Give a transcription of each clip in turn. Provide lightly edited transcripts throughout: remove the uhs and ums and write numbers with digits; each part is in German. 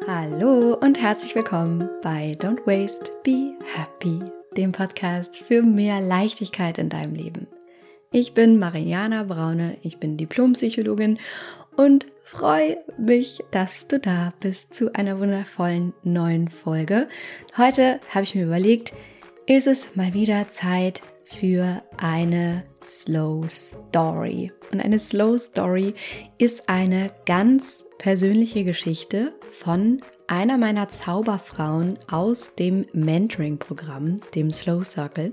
Hallo und herzlich willkommen bei Don't Waste, Be Happy, dem Podcast für mehr Leichtigkeit in deinem Leben. Ich bin Mariana Braune, ich bin Diplompsychologin und freue mich, dass du da bist zu einer wundervollen neuen Folge. Heute habe ich mir überlegt, ist es mal wieder Zeit für eine Slow Story. Und eine Slow Story ist eine ganz persönliche Geschichte von einer meiner Zauberfrauen aus dem Mentoring-Programm, dem Slow Circle.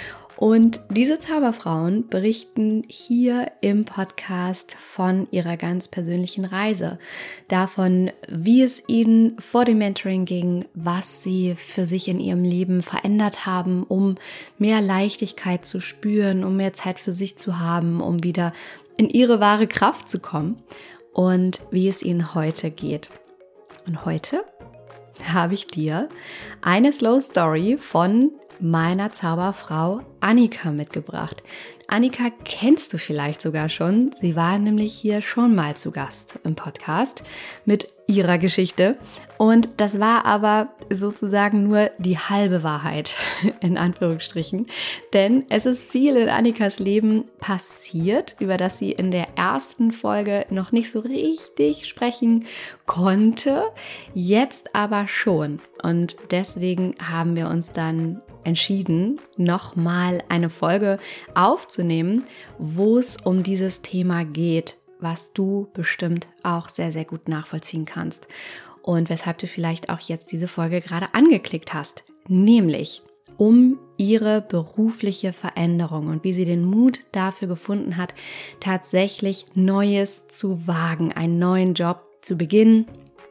Und diese Zauberfrauen berichten hier im Podcast von ihrer ganz persönlichen Reise, davon, wie es ihnen vor dem Mentoring ging, was sie für sich in ihrem Leben verändert haben, um mehr Leichtigkeit zu spüren, um mehr Zeit für sich zu haben, um wieder in ihre wahre Kraft zu kommen und wie es ihnen heute geht. Und heute habe ich dir eine Slow Story von meiner Zauberfrau Annika mitgebracht. Annika kennst du vielleicht sogar schon. Sie war nämlich hier schon mal zu Gast im Podcast mit ihrer Geschichte. Und das war aber sozusagen nur die halbe Wahrheit, in Anführungsstrichen. Denn es ist viel in Annikas Leben passiert, über das sie in der ersten Folge noch nicht so richtig sprechen konnte. Jetzt aber schon. Und deswegen haben wir uns dann entschieden, nochmal eine Folge aufzunehmen, wo es um dieses Thema geht, was du bestimmt auch sehr, sehr gut nachvollziehen kannst und weshalb du vielleicht auch jetzt diese Folge gerade angeklickt hast, nämlich um ihre berufliche Veränderung und wie sie den Mut dafür gefunden hat, tatsächlich Neues zu wagen, einen neuen Job zu beginnen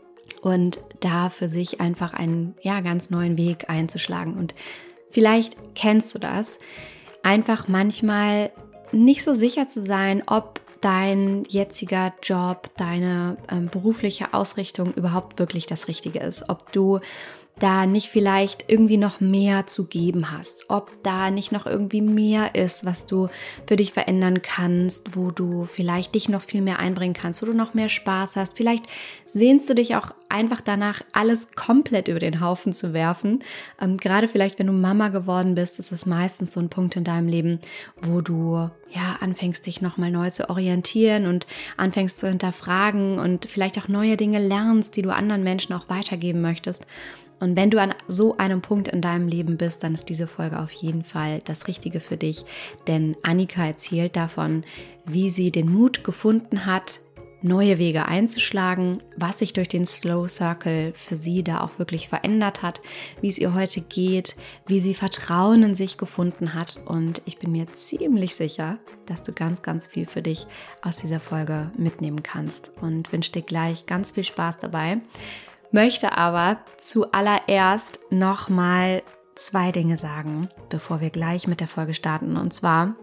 und da für sich einfach einen ganz neuen Weg einzuschlagen. Und vielleicht kennst du das, einfach manchmal nicht so sicher zu sein, ob dein jetziger Job, deine berufliche Ausrichtung überhaupt wirklich das Richtige ist, ob du da nicht vielleicht irgendwie noch mehr zu geben hast, ob da nicht noch irgendwie mehr ist, was du für dich verändern kannst, wo du vielleicht dich noch viel mehr einbringen kannst, wo du noch mehr Spaß hast. Vielleicht sehnst du dich auch einfach danach, alles komplett über den Haufen zu werfen. Gerade vielleicht, wenn du Mama geworden bist, ist das meistens so ein Punkt in deinem Leben, wo du anfängst, dich nochmal neu zu orientieren und anfängst zu hinterfragen und vielleicht auch neue Dinge lernst, die du anderen Menschen auch weitergeben möchtest. Und wenn du an so einem Punkt in deinem Leben bist, dann ist diese Folge auf jeden Fall das Richtige für dich. Denn Annika erzählt davon, wie sie den Mut gefunden hat, neue Wege einzuschlagen, was sich durch den Slow Circle für sie da auch wirklich verändert hat, wie es ihr heute geht, wie sie Vertrauen in sich gefunden hat. Und ich bin mir ziemlich sicher, dass du ganz, ganz viel für dich aus dieser Folge mitnehmen kannst und wünsche dir gleich ganz viel Spaß dabei. Möchte aber zuallererst nochmal 2 Dinge sagen, bevor wir gleich mit der Folge starten. Und zwar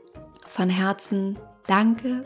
von Herzen danke.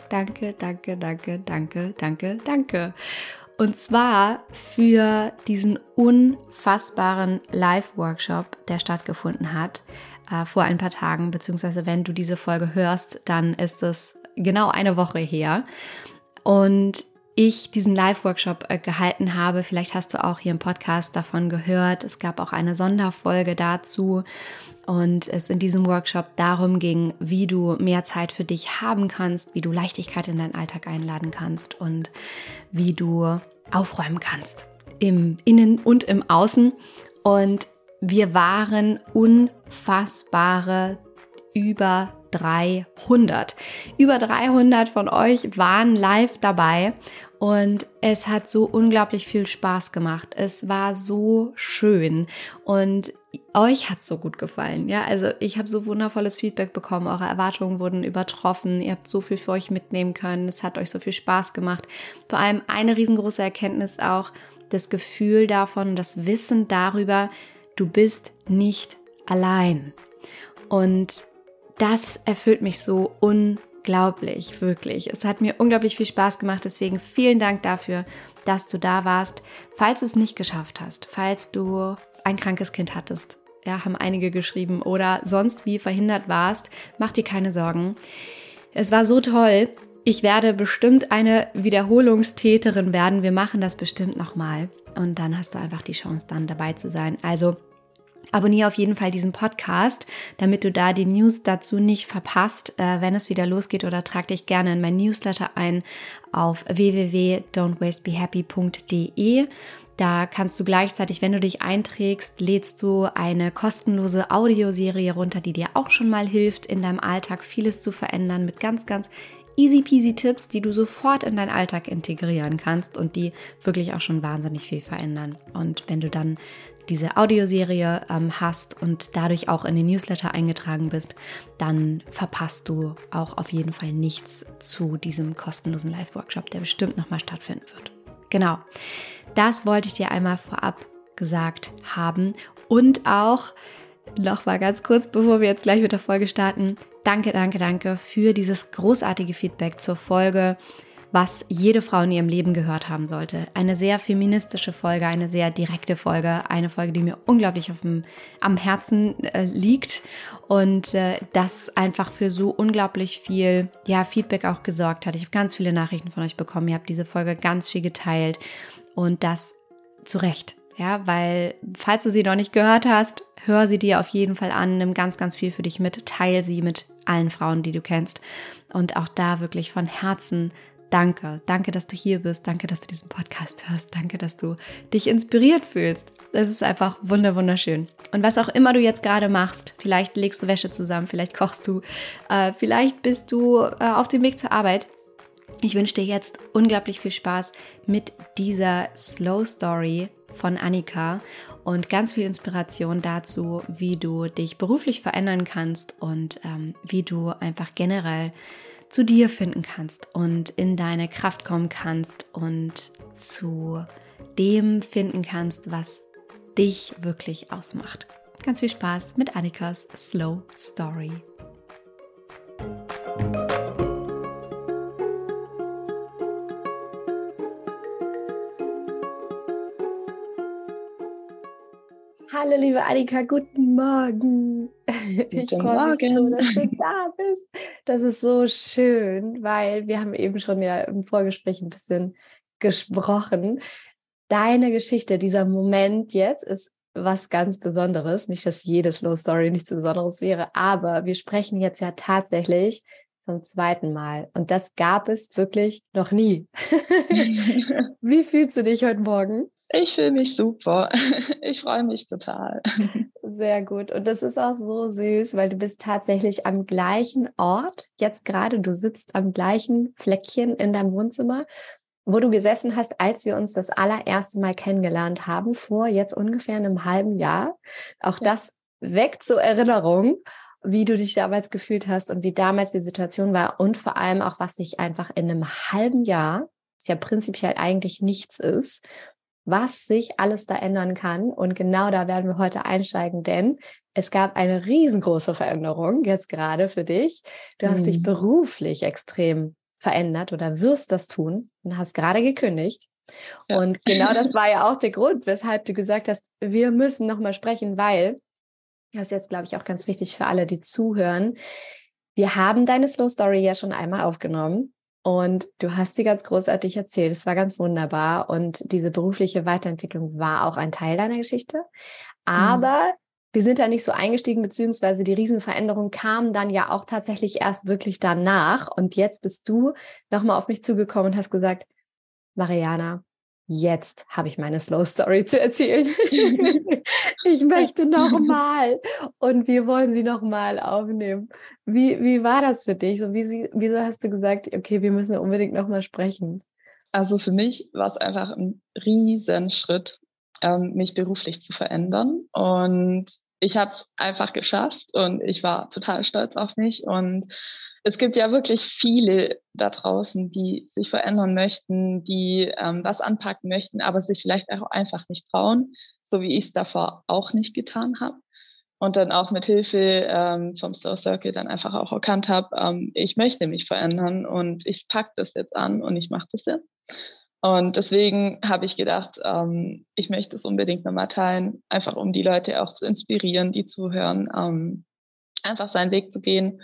Und zwar für diesen unfassbaren Live-Workshop, der stattgefunden hat vor ein paar Tagen, beziehungsweise wenn du diese Folge hörst, dann ist es genau eine Woche her. Und ich diesen Live-Workshop gehalten habe. Vielleicht hast du auch hier im Podcast davon gehört. Es gab auch eine Sonderfolge dazu und es in diesem Workshop darum ging, wie du mehr Zeit für dich haben kannst, wie du Leichtigkeit in deinen Alltag einladen kannst und wie du aufräumen kannst im Innen und im Außen. Und wir waren unfassbare über 300. Über 300 von euch waren live dabei und es hat so unglaublich viel Spaß gemacht. Es war so schön und euch hat es so gut gefallen. Ja, also ich habe so wundervolles Feedback bekommen. Eure Erwartungen wurden übertroffen. Ihr habt so viel für euch mitnehmen können. Es hat euch so viel Spaß gemacht. Vor allem eine riesengroße Erkenntnis auch, das Gefühl davon, das Wissen darüber, du bist nicht allein. Und das erfüllt mich so unglaublich, wirklich. Es hat mir unglaublich viel Spaß gemacht, deswegen vielen Dank dafür, dass du da warst. Falls du es nicht geschafft hast, falls du ein krankes Kind hattest, haben einige geschrieben, oder sonst wie verhindert warst, mach dir keine Sorgen. Es war so toll, ich werde bestimmt eine Wiederholungstäterin werden. Wir machen das bestimmt nochmal. Und dann hast du einfach die Chance, dann dabei zu sein. Also abonniere auf jeden Fall diesen Podcast, damit du da die News dazu nicht verpasst, wenn es wieder losgeht, oder trag dich gerne in mein Newsletter ein auf www.don'twastebehappy.de. Da kannst du gleichzeitig, wenn du dich einträgst, lädst du eine kostenlose Audioserie runter, die dir auch schon mal hilft, in deinem Alltag vieles zu verändern, mit ganz, ganz easy peasy Tipps, die du sofort in deinen Alltag integrieren kannst und die wirklich auch schon wahnsinnig viel verändern. Und wenn du dann diese Audioserie hast und dadurch auch in den Newsletter eingetragen bist, dann verpasst du auch auf jeden Fall nichts zu diesem kostenlosen Live-Workshop, der bestimmt nochmal stattfinden wird. Genau, das wollte ich dir einmal vorab gesagt haben. Und auch noch mal ganz kurz, bevor wir jetzt gleich mit der Folge starten, danke für dieses großartige Feedback zur Folge, was jede Frau in ihrem Leben gehört haben sollte. Eine sehr feministische Folge, eine sehr direkte Folge, eine Folge, die mir unglaublich am Herzen liegt und das einfach für so unglaublich viel Feedback auch gesorgt hat. Ich habe ganz viele Nachrichten von euch bekommen, ihr habt diese Folge ganz viel geteilt und das zu Recht. Ja, weil falls du sie noch nicht gehört hast, hör sie dir auf jeden Fall an, nimm ganz, ganz viel für dich mit, teil sie mit allen Frauen, die du kennst und auch da wirklich von Herzen danke. Danke, dass du hier bist, danke, dass du diesen Podcast hörst, danke, dass du dich inspiriert fühlst. Das ist einfach wunderschön. Und was auch immer du jetzt gerade machst, vielleicht legst du Wäsche zusammen, vielleicht kochst du, vielleicht bist du auf dem Weg zur Arbeit. Ich wünsche dir jetzt unglaublich viel Spaß mit dieser Slow Story von Annika und ganz viel Inspiration dazu, wie du dich beruflich verändern kannst und wie du einfach generell zu dir finden kannst und in deine Kraft kommen kannst und zu dem finden kannst, was dich wirklich ausmacht. Ganz viel Spaß mit Annikas Slow Story. Hallo liebe Annika, guten Morgen. Ich freue mich so, dass du da bist. Das ist so schön, weil wir haben eben schon ja im Vorgespräch ein bisschen gesprochen. Deine Geschichte, dieser Moment jetzt ist was ganz Besonderes. Nicht, dass jede Slow Story nichts Besonderes wäre, aber wir sprechen jetzt ja tatsächlich zum zweiten Mal und das gab es wirklich noch nie. Wie fühlst du dich heute Morgen? Ich fühle mich super. Ich freue mich total. Sehr gut. Und das ist auch so süß, weil du bist tatsächlich am gleichen Ort. Jetzt gerade, du sitzt am gleichen Fleckchen in deinem Wohnzimmer, wo du gesessen hast, als wir uns das allererste Mal kennengelernt haben, vor jetzt ungefähr einem halben Jahr. Auch das weckt so Erinnerungen, wie du dich damals gefühlt hast und wie damals die Situation war und vor allem auch, was sich einfach in einem halben Jahr, was ja prinzipiell eigentlich nichts ist, was sich alles da ändern kann. Und genau da werden wir heute einsteigen, denn es gab eine riesengroße Veränderung jetzt gerade für dich. Du hast dich beruflich extrem verändert oder wirst das tun und hast gerade gekündigt. Ja. Und genau das war ja auch der Grund, weshalb du gesagt hast, wir müssen nochmal sprechen, weil, das ist jetzt, glaube ich, auch ganz wichtig für alle, die zuhören, wir haben deine Slow Story ja schon einmal aufgenommen. Und du hast sie ganz großartig erzählt. Es war ganz wunderbar. Und diese berufliche Weiterentwicklung war auch ein Teil deiner Geschichte. Aber wir sind da nicht so eingestiegen, beziehungsweise die Riesenveränderung kam dann ja auch tatsächlich erst wirklich danach. Und jetzt bist du nochmal auf mich zugekommen und hast gesagt, Mariana, jetzt habe ich meine Slow Story zu erzählen. Ich möchte nochmal und wir wollen sie nochmal aufnehmen. Wie war das für dich? So, wieso hast du gesagt, okay, wir müssen unbedingt nochmal sprechen? Also für mich war es einfach ein Riesenschritt, mich beruflich zu verändern. Und ich habe es einfach geschafft und ich war total stolz auf mich. Und es gibt ja wirklich viele da draußen, die sich verändern möchten, die was anpacken möchten, aber sich vielleicht auch einfach nicht trauen, so wie ich es davor auch nicht getan habe. Und dann auch mit Hilfe vom Slow Circle dann einfach auch erkannt habe, ich möchte mich verändern und ich packe das jetzt an und ich mache das jetzt. Und deswegen habe ich gedacht, ich möchte es unbedingt nochmal teilen, einfach um die Leute auch zu inspirieren, die zuhören, einfach seinen Weg zu gehen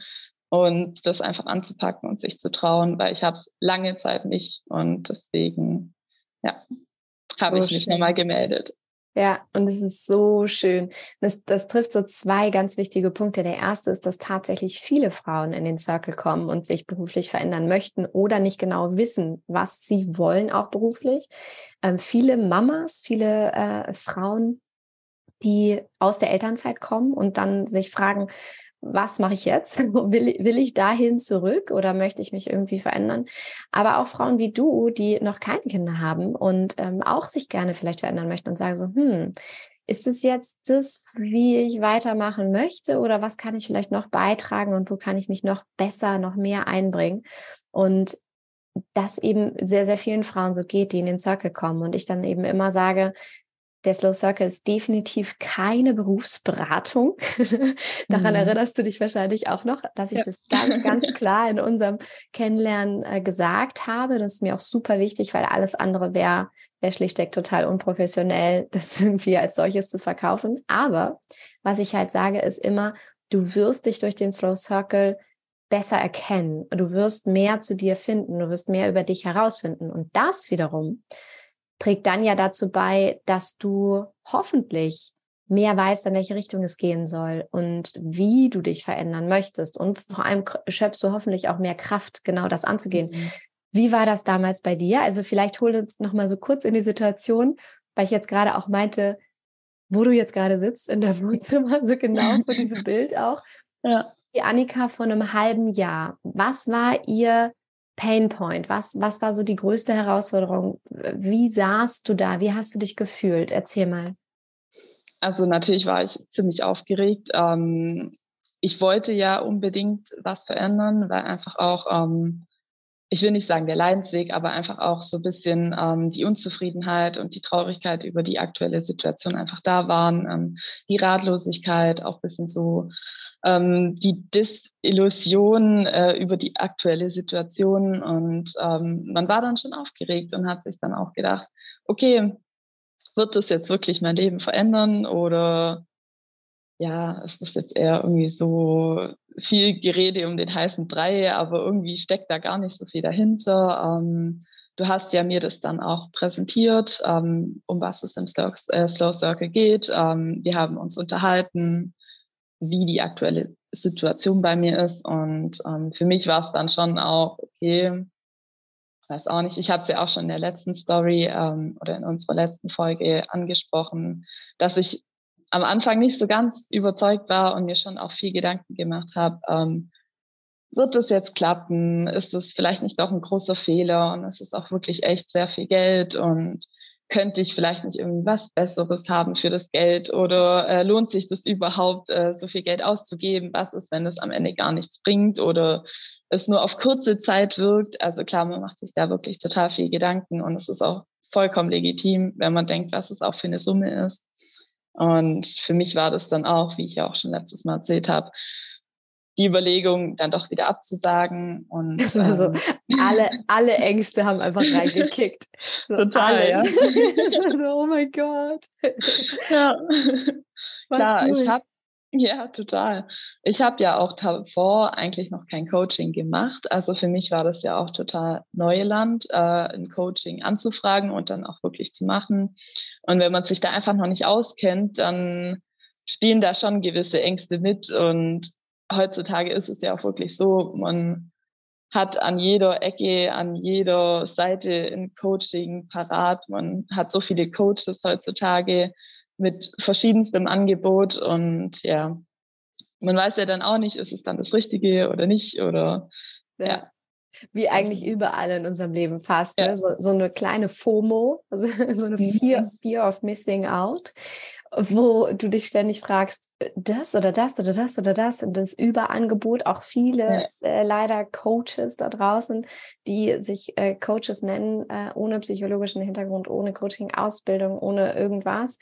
und das einfach anzupacken und sich zu trauen, weil ich habe es lange Zeit nicht und deswegen, ja, habe So ich mich nochmal gemeldet. Ja, und es ist so schön. Das trifft so zwei ganz wichtige Punkte. Der erste ist, dass tatsächlich viele Frauen in den Circle kommen und sich beruflich verändern möchten oder nicht genau wissen, was sie wollen, auch beruflich. Viele Mamas, viele Frauen, die aus der Elternzeit kommen und dann sich fragen, was mache ich jetzt? Will ich dahin zurück oder möchte ich mich irgendwie verändern? Aber auch Frauen wie du, die noch keine Kinder haben und auch sich gerne vielleicht verändern möchten und sagen so, ist es jetzt das, wie ich weitermachen möchte oder was kann ich vielleicht noch beitragen und wo kann ich mich noch besser, noch mehr einbringen? Und das eben sehr, sehr vielen Frauen so geht, die in den Circle kommen und ich dann eben immer sage, der Slow Circle ist definitiv keine Berufsberatung. Daran erinnerst du dich wahrscheinlich auch noch, dass ich das ganz, ganz klar in unserem Kennenlernen gesagt habe. Das ist mir auch super wichtig, weil alles andere wäre schlichtweg total unprofessionell, das irgendwie als solches zu verkaufen. Aber was ich halt sage, ist immer, du wirst dich durch den Slow Circle besser erkennen. Du wirst mehr zu dir finden. Du wirst mehr über dich herausfinden. Und das wiederum trägt dann ja dazu bei, dass du hoffentlich mehr weißt, in welche Richtung es gehen soll und wie du dich verändern möchtest. Und vor allem schöpfst du hoffentlich auch mehr Kraft, genau das anzugehen. Mhm. Wie war das damals bei dir? Also vielleicht hol uns noch mal so kurz in die Situation, weil ich jetzt gerade auch meinte, wo du jetzt gerade sitzt, in der Wohnzimmer, so genau vor diesem Bild auch. Ja. Die Annika von einem halben Jahr. Was war ihr Painpoint? Was war so die größte Herausforderung? Wie saßt du da? Wie hast du dich gefühlt? Erzähl mal. Also natürlich war ich ziemlich aufgeregt. Ich wollte ja unbedingt was verändern, weil einfach auch, ich will nicht sagen der Leidensweg, aber einfach auch so ein bisschen die Unzufriedenheit und die Traurigkeit über die aktuelle Situation einfach da waren. Die Ratlosigkeit, auch ein bisschen so die Desillusion über die aktuelle Situation. Und man war dann schon aufgeregt und hat sich dann auch gedacht, okay, wird das jetzt wirklich mein Leben verändern oder ja, ist das jetzt eher irgendwie so viel Gerede um den heißen Brei, aber irgendwie steckt da gar nicht so viel dahinter. Du hast ja mir das dann auch präsentiert, um was es im Slow Circle geht. Wir haben uns unterhalten, wie die aktuelle Situation bei mir ist. Und für mich war es dann schon auch, okay, weiß auch nicht, ich habe es ja auch schon in der letzten Story oder in unserer letzten Folge angesprochen, dass ich am Anfang nicht so ganz überzeugt war und mir schon auch viel Gedanken gemacht habe, wird das jetzt klappen? Ist das vielleicht nicht doch ein großer Fehler? Und es ist auch wirklich echt sehr viel Geld und könnte ich vielleicht nicht irgendwas Besseres haben für das Geld oder lohnt sich das überhaupt, so viel Geld auszugeben? Was ist, wenn es am Ende gar nichts bringt oder es nur auf kurze Zeit wirkt? Also klar, man macht sich da wirklich total viel Gedanken und es ist auch vollkommen legitim, wenn man denkt, was es auch für eine Summe ist. Und für mich war das dann auch, wie ich ja auch schon letztes Mal erzählt habe, die Überlegung, dann doch wieder abzusagen. Und also alle Ängste haben einfach reingekickt. So total, alles. Ja. So, oh mein Gott. Ja, klar, durch. ja, total. Ich habe ja auch davor eigentlich noch kein Coaching gemacht. Also für mich war das ja auch total Neuland, ein Coaching anzufragen und dann auch wirklich zu machen. Und wenn man sich da einfach noch nicht auskennt, dann spielen da schon gewisse Ängste mit. Und heutzutage ist es ja auch wirklich so, man hat an jeder Ecke, an jeder Seite ein Coaching parat. Man hat so viele Coaches heutzutage mit verschiedenstem Angebot und ja, man weiß ja dann auch nicht, ist es dann das Richtige oder nicht oder ja. Wie eigentlich überall in unserem Leben fast, ja. Ne? So eine kleine FOMO, also so eine Fear of Missing Out, wo du dich ständig fragst, das oder das oder das oder das und das Überangebot, auch viele leider Coaches da draußen, die sich Coaches nennen, ohne psychologischen Hintergrund, ohne Coaching-Ausbildung, ohne irgendwas,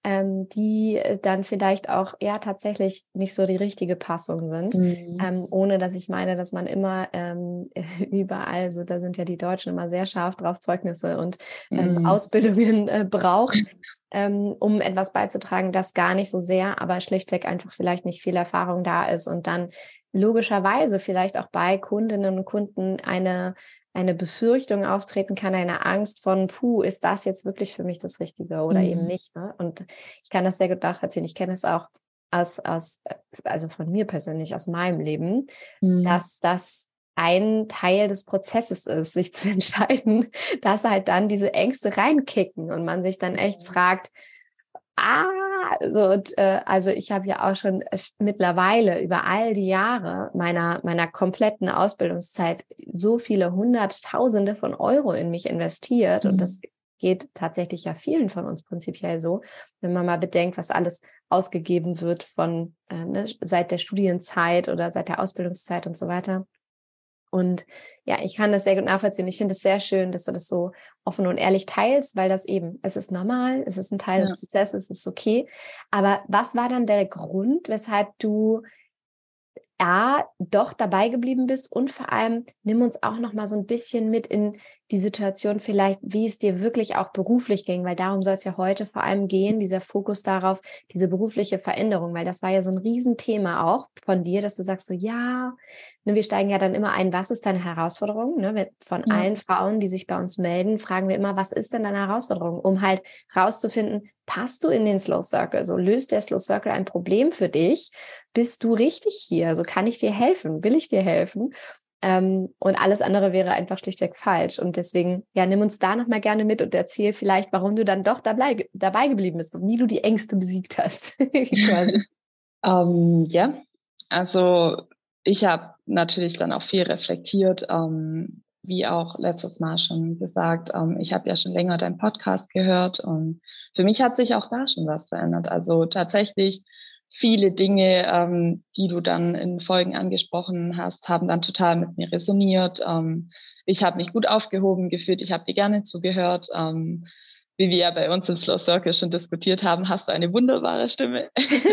die dann vielleicht auch ja tatsächlich nicht so die richtige Passung sind, ohne dass ich meine, dass man immer überall, so da sind ja die Deutschen immer sehr scharf drauf, Zeugnisse und Ausbildungen braucht. um etwas beizutragen, das gar nicht so sehr, aber schlichtweg einfach vielleicht nicht viel Erfahrung da ist und dann logischerweise vielleicht auch bei Kundinnen und Kunden eine Befürchtung auftreten kann, eine Angst von, ist das jetzt wirklich für mich das Richtige oder eben nicht. Ne? Und ich kann das sehr gut nachvollziehen. Ich kenne es auch also von mir persönlich, aus meinem Leben, dass das ein Teil des Prozesses ist, sich zu entscheiden, dass halt dann diese Ängste reinkicken und man sich dann echt fragt, also ich habe ja auch schon mittlerweile über all die Jahre meiner kompletten Ausbildungszeit so viele Hunderttausende von Euro in mich investiert und das geht tatsächlich ja vielen von uns prinzipiell so, wenn man mal bedenkt, was alles ausgegeben wird von seit der Studienzeit oder seit der Ausbildungszeit und so weiter. Und ja, ich kann das sehr gut nachvollziehen. Ich finde es sehr schön, dass du das so offen und ehrlich teilst, weil es ist normal, es ist ein Teil des Prozesses, es ist okay. Aber was war dann der Grund, weshalb du doch dabei geblieben bist und vor allem nimm uns auch noch mal so ein bisschen mit in die Situation vielleicht, wie es dir wirklich auch beruflich ging, weil darum soll es ja heute vor allem gehen, dieser Fokus darauf, diese berufliche Veränderung, weil das war ja so ein Riesenthema auch von dir, dass du sagst so, ja, ne, wir steigen ja dann immer ein, was ist deine Herausforderung? Ne? Von allen Frauen, die sich bei uns melden, fragen wir immer, was ist denn deine Herausforderung? Um halt rauszufinden, passt du in den Slow Circle? So löst der Slow Circle ein Problem für dich? Bist du richtig hier? So kann ich dir helfen? Will ich dir helfen? Und alles andere wäre einfach schlichtweg falsch. Und deswegen, ja, nimm uns da nochmal gerne mit und erzähl vielleicht, warum du dann doch dabei geblieben bist, wie du die Ängste besiegt hast. Quasi. Ja, also ich habe natürlich dann auch viel reflektiert, wie auch letztes Mal schon gesagt, ich habe ja schon länger deinen Podcast gehört und für mich hat sich auch da schon was verändert. Also tatsächlich viele Dinge, die du dann in Folgen angesprochen hast, haben dann total mit mir resoniert. Ich habe mich gut aufgehoben gefühlt, ich habe dir gerne zugehört. Wie wir ja bei uns im Slow Circle schon diskutiert haben, hast du eine wunderbare Stimme.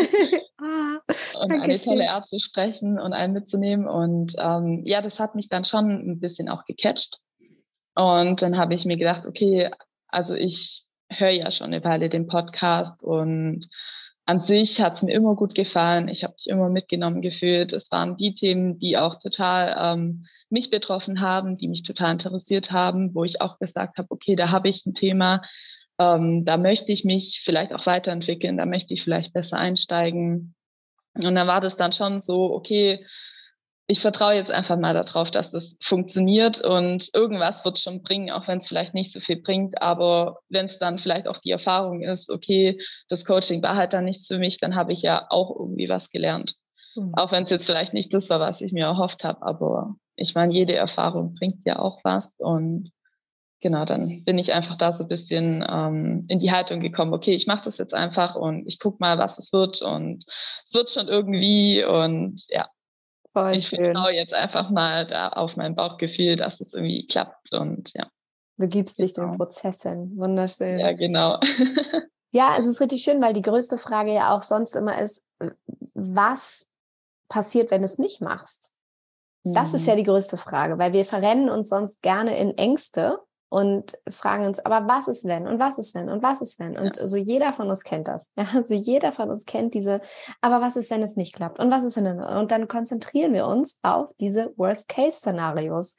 Und eine tolle Art zu sprechen und einen mitzunehmen. Und ja, das hat mich dann schon ein bisschen auch gecatcht. Und dann habe ich mir gedacht, okay, also ich höre ja schon eine Weile den Podcast und an sich hat es mir immer gut gefallen. Ich habe mich immer mitgenommen gefühlt. Es waren die Themen, die auch total mich betroffen haben, die mich total interessiert haben, wo ich auch gesagt habe, okay, da habe ich ein Thema, da möchte ich mich vielleicht auch weiterentwickeln, da möchte ich vielleicht besser einsteigen. Und dann war das dann schon so, okay, ich vertraue jetzt einfach mal darauf, dass das funktioniert und irgendwas wird schon bringen, auch wenn es vielleicht nicht so viel bringt. Aber wenn es dann vielleicht auch die Erfahrung ist, okay, das Coaching war halt dann nichts für mich, dann habe ich ja auch irgendwie was gelernt. Auch wenn es jetzt vielleicht nicht das war, was ich mir erhofft habe. Aber ich meine, jede Erfahrung bringt ja auch was. Und genau, dann bin ich einfach da so ein bisschen in die Haltung gekommen, okay, ich mache das jetzt einfach und ich gucke mal, was es wird. Und es wird schon irgendwie und ja. Voll Ich schön. vertraue jetzt einfach mal da auf mein Bauchgefühl, dass es irgendwie klappt und ja. Du gibst dich dem Prozess hin. Wunderschön. Ja, genau. Ja, es ist richtig schön, weil die größte Frage ja auch sonst immer ist, was passiert, wenn du es nicht machst? Das ist ja die größte Frage, weil wir verrennen uns sonst gerne in Ängste und fragen uns, aber was ist wenn und was ist wenn und was ist wenn? Und so jeder von uns kennt das. Ja, also jeder von uns kennt diese, aber was ist, wenn es nicht klappt? Und was ist wenn? Und dann konzentrieren wir uns auf diese Worst-Case-Szenarios,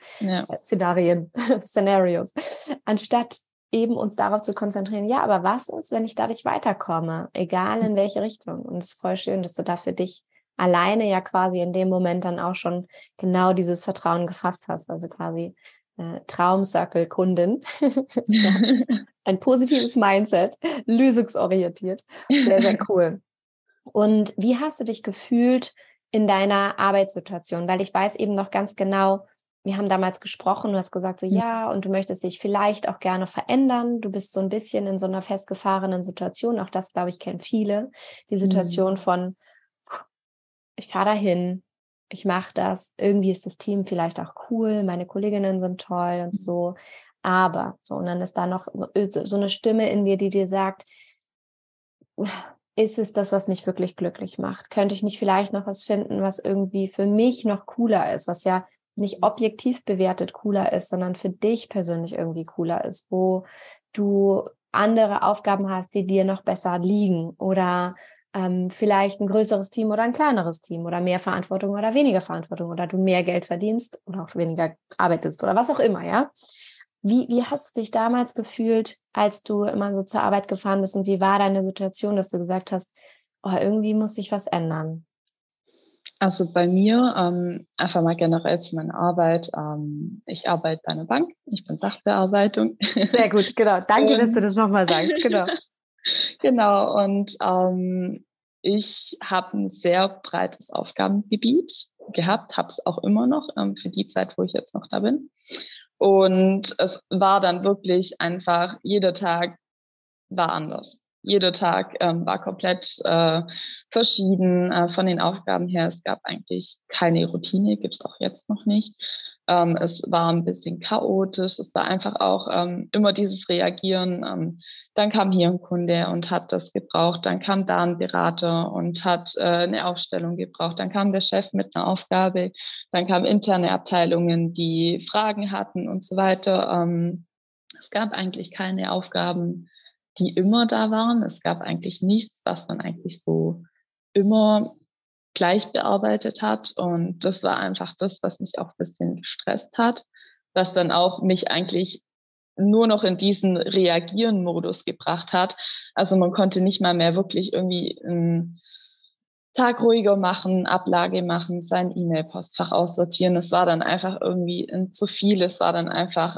Szenarios, anstatt eben uns darauf zu konzentrieren, ja, aber was ist, wenn ich dadurch weiterkomme? Egal in welche Richtung. Und es ist voll schön, dass du da für dich alleine ja quasi in dem Moment dann auch schon genau dieses Vertrauen gefasst hast. Also quasi Traum-Circle-Kundin. Ja. Ein positives Mindset, lösungsorientiert. Sehr, sehr cool. Und wie hast du dich gefühlt in deiner Arbeitssituation? Weil ich weiß eben noch ganz genau, wir haben damals gesprochen, du hast gesagt so, ja, und du möchtest dich vielleicht auch gerne verändern. Du bist so ein bisschen in so einer festgefahrenen Situation. Auch das, glaube ich, kennen viele. Die Situation von, ich fahre dahin, ich mache das, irgendwie ist das Team vielleicht auch cool, meine Kolleginnen sind toll und so, aber so, und dann ist da noch so eine Stimme in dir, die dir sagt, ist es das, was mich wirklich glücklich macht? Könnte ich nicht vielleicht noch was finden, was irgendwie für mich noch cooler ist, was ja nicht objektiv bewertet cooler ist, sondern für dich persönlich irgendwie cooler ist, wo du andere Aufgaben hast, die dir noch besser liegen oder vielleicht ein größeres Team oder ein kleineres Team oder mehr Verantwortung oder weniger Verantwortung oder du mehr Geld verdienst oder auch weniger arbeitest oder was auch immer, ja. Wie hast du dich damals gefühlt, als du immer so zur Arbeit gefahren bist und wie war deine Situation, dass du gesagt hast, oh, irgendwie muss sich was ändern? Also bei mir, einfach mal generell zu meiner Arbeit. Ich arbeite bei einer Bank, ich bin Sachbearbeitung. Sehr gut, genau. Danke, dass du Und das nochmal sagst, genau. genau, und ich habe ein sehr breites Aufgabengebiet gehabt, habe es auch immer noch für die Zeit, wo ich jetzt noch da bin. Und es war dann wirklich einfach, jeder Tag war anders. Jeder Tag war komplett verschieden von den Aufgaben her. Es gab eigentlich keine Routine, gibt es auch jetzt noch nicht. Es war ein bisschen chaotisch. Es war einfach auch immer dieses Reagieren. Dann kam hier ein Kunde und hat das gebraucht. Dann kam da ein Berater und hat eine Aufstellung gebraucht. Dann kam der Chef mit einer Aufgabe. Dann kamen interne Abteilungen, die Fragen hatten und so weiter. Es gab eigentlich keine Aufgaben, die immer da waren. Es gab eigentlich nichts, was man eigentlich so immer gleich bearbeitet hat. Und das war einfach das, was mich auch ein bisschen gestresst hat, was dann auch mich eigentlich nur noch in diesen Reagieren-Modus gebracht hat. Also man konnte nicht mal mehr wirklich irgendwie einen Tag ruhiger machen, Ablage machen, sein E-Mail-Postfach aussortieren. Es war dann einfach irgendwie zu viel. Es war dann einfach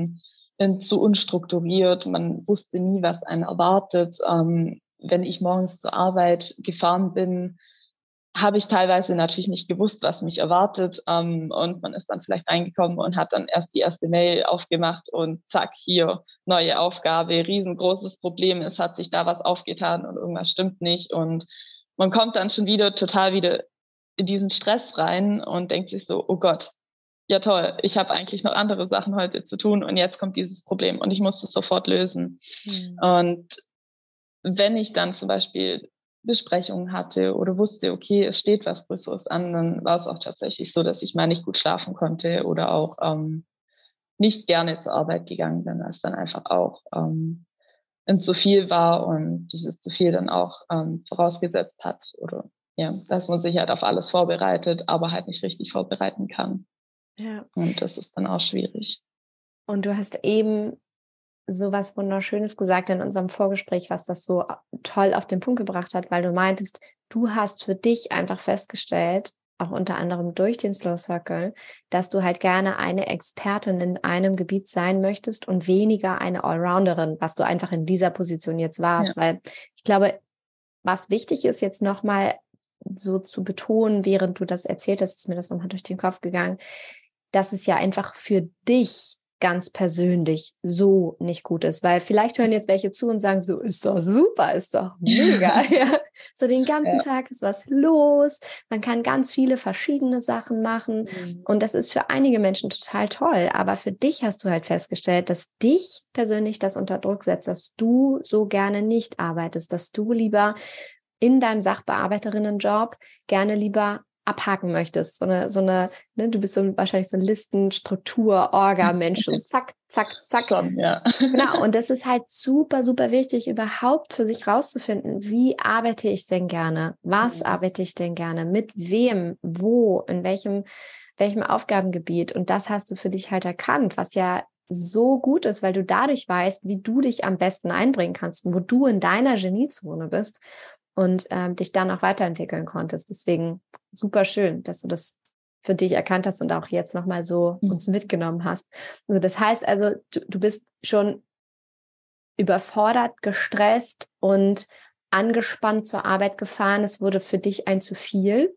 zu unstrukturiert. Man wusste nie, was einen erwartet. Wenn ich morgens zur Arbeit gefahren bin, habe ich teilweise natürlich nicht gewusst, was mich erwartet. Und man ist dann vielleicht reingekommen und hat dann erst die erste Mail aufgemacht und zack, hier, neue Aufgabe, riesengroßes Problem. Es hat sich da was aufgetan und irgendwas stimmt nicht. Und man kommt dann schon total wieder in diesen Stress rein und denkt sich so, oh Gott, ja toll, ich habe eigentlich noch andere Sachen heute zu tun und jetzt kommt dieses Problem und ich muss das sofort lösen. Und wenn ich dann zum Beispiel Besprechungen hatte oder wusste, okay, es steht was Größeres an, dann war es auch tatsächlich so, dass ich mal nicht gut schlafen konnte oder auch nicht gerne zur Arbeit gegangen bin, weil es dann einfach auch ein zu viel war und dieses zu viel dann auch vorausgesetzt hat oder ja, dass man sich halt auf alles vorbereitet, aber halt nicht richtig vorbereiten kann. Ja. Und das ist dann auch schwierig. Und du hast eben so was Wunderschönes gesagt in unserem Vorgespräch, was das so toll auf den Punkt gebracht hat, weil du meintest, du hast für dich einfach festgestellt, auch unter anderem durch den Slow Circle, dass du halt gerne eine Expertin in einem Gebiet sein möchtest und weniger eine Allrounderin, was du einfach in dieser Position jetzt warst. Ja. Weil ich glaube, was wichtig ist, jetzt nochmal so zu betonen, während du das erzählt hast, ist mir das nochmal durch den Kopf gegangen, dass es ja einfach für dich ganz persönlich so nicht gut ist, weil vielleicht hören jetzt welche zu und sagen so, ist doch super, ist doch mega, ja. So den ganzen Tag ist was los, man kann ganz viele verschiedene Sachen machen und das ist für einige Menschen total toll, aber für dich hast du halt festgestellt, dass dich persönlich das unter Druck setzt, dass du so gerne nicht arbeitest, dass du lieber in deinem Sachbearbeiterinnenjob gerne lieber abhaken möchtest, so eine, ne, du bist so wahrscheinlich so ein Listenstruktur, Orga-Mensch, so zack, zack, zack. Schon, ja. Genau, und das ist halt super, super wichtig, überhaupt für sich rauszufinden, wie arbeite ich denn gerne, was arbeite ich denn gerne, mit wem, wo, in welchem Aufgabengebiet, und das hast du für dich halt erkannt, was ja so gut ist, weil du dadurch weißt, wie du dich am besten einbringen kannst, wo du in deiner Geniezone bist und dich dann auch weiterentwickeln konntest. Deswegen super schön, dass du das für dich erkannt hast und auch jetzt nochmal so uns mitgenommen hast. Also das heißt also, du bist schon überfordert, gestresst und angespannt zur Arbeit gefahren. Es wurde für dich ein zu viel.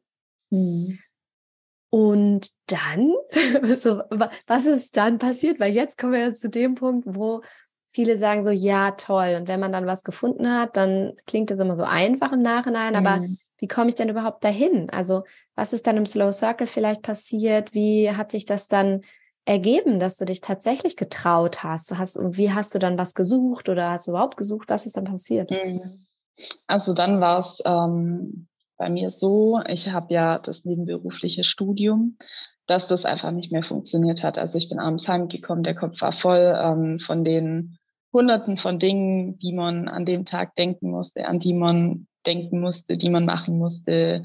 Und dann, so, was ist dann passiert? Weil jetzt kommen wir jetzt zu dem Punkt, wo viele sagen so, ja, toll. Und wenn man dann was gefunden hat, dann klingt das immer so einfach im Nachhinein. Aber wie komme ich denn überhaupt dahin? Also was ist dann im Slow Circle vielleicht passiert? Wie hat sich das dann ergeben, dass du dich tatsächlich getraut hast? Und wie hast du dann was gesucht oder hast du überhaupt gesucht? Was ist dann passiert? Also dann war es bei mir so, ich habe ja das nebenberufliche Studium, dass das einfach nicht mehr funktioniert hat. Also ich bin abends heimgekommen, der Kopf war voll von den Hunderten von Dingen, die man an dem Tag denken musste, an die man denken musste, die man machen musste.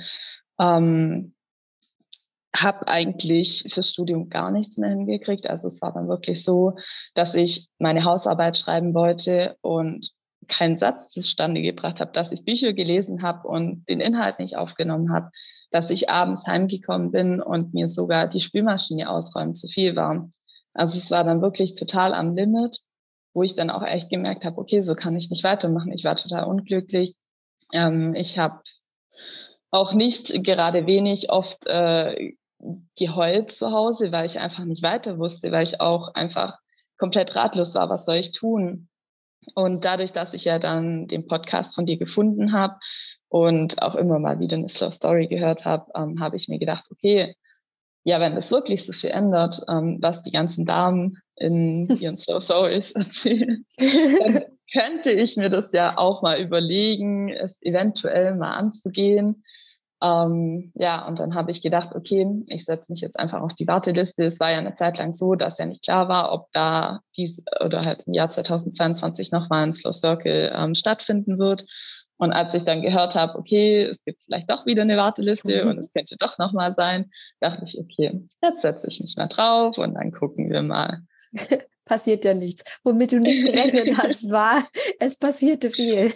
Habe eigentlich fürs Studium gar nichts mehr hingekriegt. Also es war dann wirklich so, dass ich meine Hausarbeit schreiben wollte und keinen Satz zustande gebracht habe, dass ich Bücher gelesen habe und den Inhalt nicht aufgenommen habe, dass ich abends heimgekommen bin und mir sogar die Spülmaschine ausräumen zu viel war. Also es war dann wirklich total am Limit, wo ich dann auch echt gemerkt habe, okay, so kann ich nicht weitermachen. Ich war total unglücklich. Ich habe auch nicht gerade wenig oft geheult zu Hause, weil ich einfach nicht weiter wusste, weil ich auch einfach komplett ratlos war, was soll ich tun? Und dadurch, dass ich ja dann den Podcast von dir gefunden habe und auch immer mal wieder eine Slow Story gehört habe, habe ich mir gedacht, okay, ja, wenn das wirklich so viel ändert, was die ganzen Damen in ihren Slow Stories erzählen, dann könnte ich mir das ja auch mal überlegen, es eventuell mal anzugehen. Ja, und dann habe ich gedacht, okay, ich setze mich jetzt einfach auf die Warteliste. Es war ja eine Zeit lang so, dass ja nicht klar war, ob da oder halt im Jahr 2022 nochmal ein Slow Circle stattfinden wird. Und als ich dann gehört habe, okay, es gibt vielleicht doch wieder eine Warteliste und es könnte doch nochmal sein, dachte ich, okay, jetzt setze ich mich mal drauf und dann gucken wir mal. Passiert ja nichts. Womit du nicht gerechnet hast, war, es passierte viel.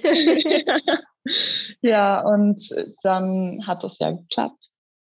Ja, und dann hat das ja geklappt.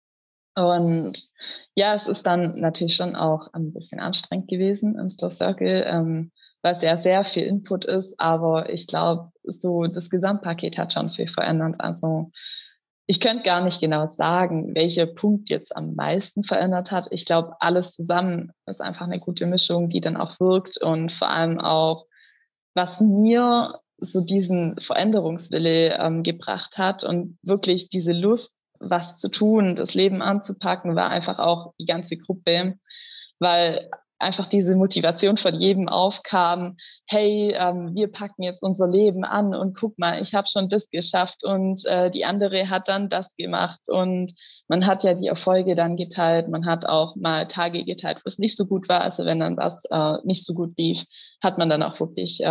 Und ja, es ist dann natürlich schon auch ein bisschen anstrengend gewesen im Slow Circle, weil es ja sehr viel Input ist, aber ich glaube, so das Gesamtpaket hat schon viel verändert. Also ich könnte gar nicht genau sagen, welcher Punkt jetzt am meisten verändert hat. Ich glaube, alles zusammen ist einfach eine gute Mischung, die dann auch wirkt und vor allem auch, was mir so diesen Veränderungswille gebracht hat und wirklich diese Lust, was zu tun, das Leben anzupacken, war einfach auch die ganze Gruppe, weil einfach diese Motivation von jedem aufkam, hey, wir packen jetzt unser Leben an und guck mal, ich habe schon das geschafft und die andere hat dann das gemacht und man hat ja die Erfolge dann geteilt, man hat auch mal Tage geteilt, wo es nicht so gut war, also wenn dann was nicht so gut lief, hat man dann auch wirklich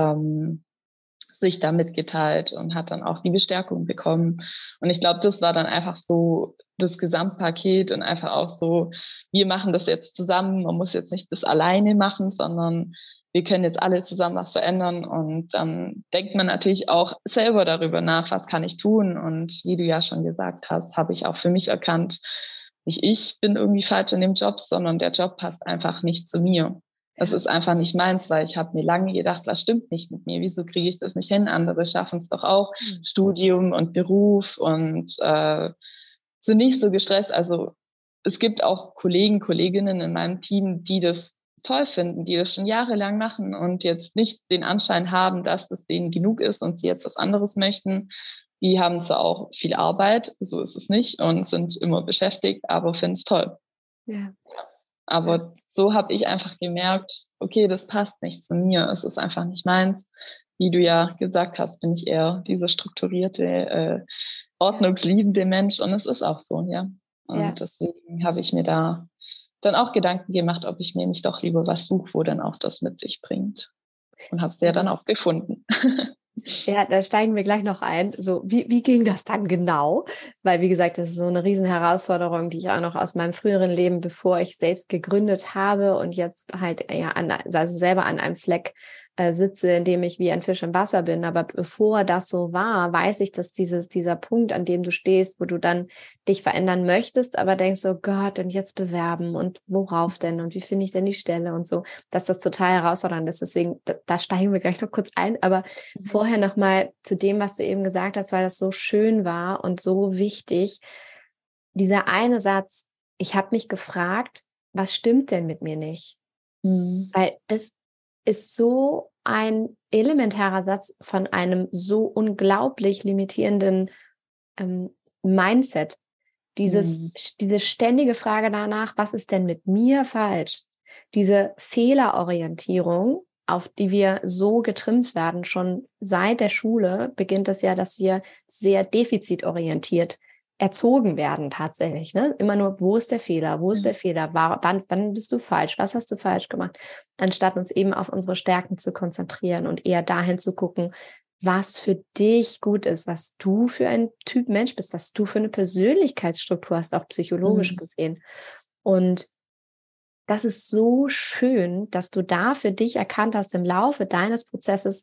sich da mitgeteilt und hat dann auch die Bestärkung bekommen. Und ich glaube, das war dann einfach so das Gesamtpaket und einfach auch so, wir machen das jetzt zusammen. Man muss jetzt nicht das alleine machen, sondern wir können jetzt alle zusammen was verändern. Und dann denkt man natürlich auch selber darüber nach, was kann ich tun? Und wie du ja schon gesagt hast, habe ich auch für mich erkannt, nicht ich bin irgendwie falsch in dem Job, sondern der Job passt einfach nicht zu mir. Das ist einfach nicht meins, weil ich habe mir lange gedacht, was stimmt nicht mit mir? Wieso kriege ich das nicht hin? Andere schaffen es doch auch. Studium und Beruf und sind nicht so gestresst. Also es gibt auch Kollegen, Kolleginnen in meinem Team, die das toll finden, die das schon jahrelang machen und jetzt nicht den Anschein haben, dass das denen genug ist und sie jetzt was anderes möchten. Die haben zwar auch viel Arbeit, so ist es nicht, und sind immer beschäftigt, aber finden es toll. Ja. Aber so habe ich einfach gemerkt, okay, das passt nicht zu mir. Es ist einfach nicht meins. Wie du ja gesagt hast, bin ich eher dieser strukturierte, ordnungsliebende Mensch. Und es ist auch so, ja. Und deswegen habe ich mir da dann auch Gedanken gemacht, ob ich mir nicht doch lieber was suche, wo dann auch das mit sich bringt. Und habe es ja dann auch gefunden. Ja, da steigen wir gleich noch ein. So, wie ging das dann genau? Weil, wie gesagt, das ist so eine riesen Herausforderung, die ich auch noch aus meinem früheren Leben, bevor ich selbst gegründet habe und jetzt halt ja also selber an einem Fleck sitze, in dem ich wie ein Fisch im Wasser bin. Aber bevor das so war, weiß ich, dass dieser Punkt, an dem du stehst, wo du dann dich verändern möchtest, aber denkst, oh Gott, und jetzt bewerben und worauf denn und wie finde ich denn die Stelle und so, dass das total herausfordernd ist. Deswegen, da steigen wir gleich noch kurz ein, aber vorher nochmal zu dem, was du eben gesagt hast, weil das so schön war und so wichtig. Dieser eine Satz, ich habe mich gefragt, was stimmt denn mit mir nicht? Weil das ist so ein elementarer Satz von einem so unglaublich limitierenden Mindset. Diese ständige Frage danach, was ist denn mit mir falsch? Diese Fehlerorientierung, auf die wir so getrimmt werden, schon seit der Schule beginnt es ja, dass wir sehr defizitorientiert erzogen werden tatsächlich, ne? Immer nur, wo ist der Fehler? Wo ist der Fehler? Wann bist du falsch? Was hast du falsch gemacht? Anstatt uns eben auf unsere Stärken zu konzentrieren und eher dahin zu gucken, was für dich gut ist, was du für ein Typ Mensch bist, was du für eine Persönlichkeitsstruktur hast, auch psychologisch gesehen. Und das ist so schön, dass du da für dich erkannt hast im Laufe deines Prozesses,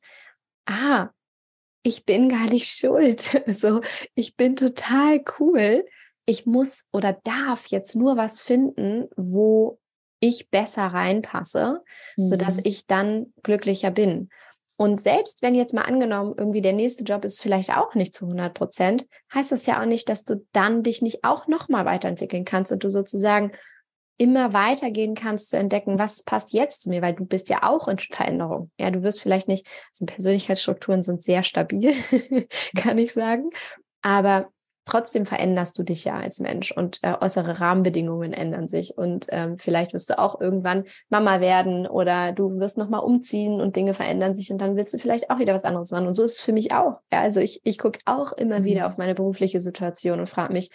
ich bin gar nicht schuld. So, ich bin total cool. Ich muss oder darf jetzt nur was finden, wo ich besser reinpasse, sodass ich dann glücklicher bin. Und selbst wenn jetzt mal angenommen, irgendwie der nächste Job ist vielleicht auch nicht zu 100%, heißt das ja auch nicht, dass du dann dich nicht auch nochmal weiterentwickeln kannst und du sozusagen immer weitergehen kannst zu entdecken, was passt jetzt zu mir, weil du bist ja auch in Veränderung. Ja, du wirst vielleicht nicht, also Persönlichkeitsstrukturen sind sehr stabil, kann ich sagen, aber trotzdem veränderst du dich ja als Mensch und äußere Rahmenbedingungen ändern sich und vielleicht wirst du auch irgendwann Mama werden oder du wirst nochmal umziehen und Dinge verändern sich und dann willst du vielleicht auch wieder was anderes machen und so ist es für mich auch. Ja, also ich gucke auch immer wieder auf meine berufliche Situation und frage mich,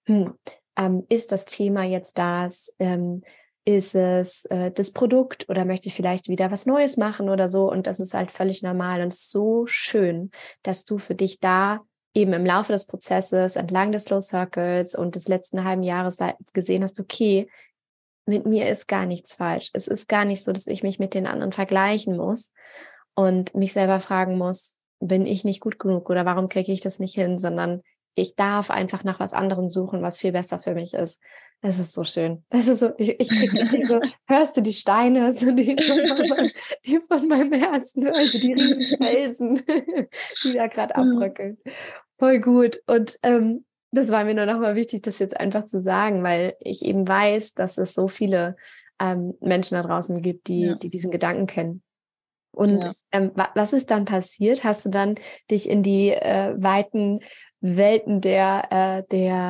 ist das Thema jetzt das? Ist es das Produkt oder möchte ich vielleicht wieder was Neues machen oder so? Und das ist halt völlig normal und so schön, dass du für dich da eben im Laufe des Prozesses, entlang des Slow Circles und des letzten halben Jahres gesehen hast, okay, mit mir ist gar nichts falsch. Es ist gar nicht so, dass ich mich mit den anderen vergleichen muss und mich selber fragen muss, bin ich nicht gut genug oder warum kriege ich das nicht hin, sondern ich darf einfach nach was anderem suchen, was viel besser für mich ist. Das ist so schön. Das ist so, ich kriege richtig so, hörst du die Steine, so die von meinem Herzen, also die riesen Felsen, die da gerade abbröckeln. Voll gut. Und das war mir nur nochmal wichtig, das jetzt einfach zu sagen, weil ich eben weiß, dass es so viele Menschen da draußen gibt, die diesen Gedanken kennen. Und was ist dann passiert? Hast du dann dich in die weiten Welten der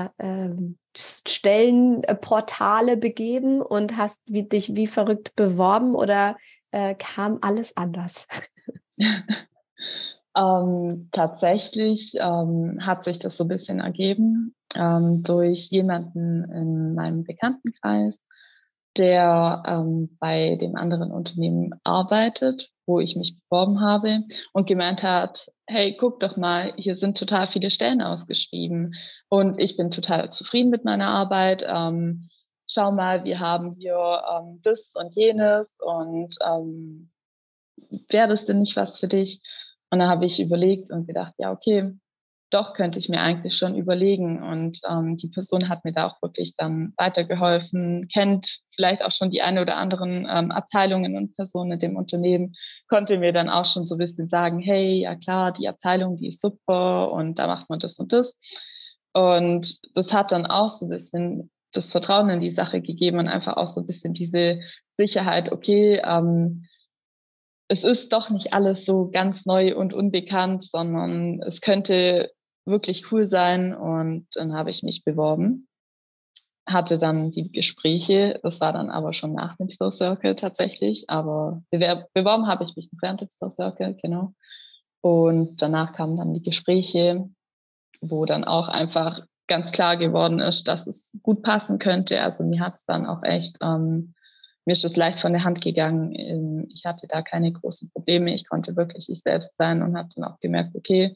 Stellenportale begeben und hast dich wie verrückt beworben oder kam alles anders? Tatsächlich hat sich das so ein bisschen ergeben durch jemanden in meinem Bekanntenkreis, der bei dem anderen Unternehmen arbeitet, wo ich mich beworben habe und gemeint hat, hey, guck doch mal, hier sind total viele Stellen ausgeschrieben und ich bin total zufrieden mit meiner Arbeit. Schau mal, wir haben hier das und jenes und wäre das denn nicht was für dich? Und da habe ich überlegt und gedacht, ja, okay, doch könnte ich mir eigentlich schon überlegen. Und die Person hat mir da auch wirklich dann weitergeholfen, kennt vielleicht auch schon die eine oder anderen Abteilungen und Personen in dem Unternehmen, konnte mir dann auch schon so ein bisschen sagen, hey, ja klar, die Abteilung, die ist super und da macht man das und das. Und das hat dann auch so ein bisschen das Vertrauen in die Sache gegeben und einfach auch so ein bisschen diese Sicherheit, okay, es ist doch nicht alles so ganz neu und unbekannt, sondern es könnte wirklich cool sein. Und dann habe ich mich beworben, hatte dann die Gespräche. Das war dann aber schon nach dem Slow Circle tatsächlich. Aber beworben habe ich mich während dem Slow Circle, genau. Und danach kamen dann die Gespräche, wo dann auch einfach ganz klar geworden ist, dass es gut passen könnte. Also mir hat es dann auch echt mir ist es leicht von der Hand gegangen. Ich hatte da keine großen Probleme. Ich konnte wirklich ich selbst sein und habe dann auch gemerkt, okay,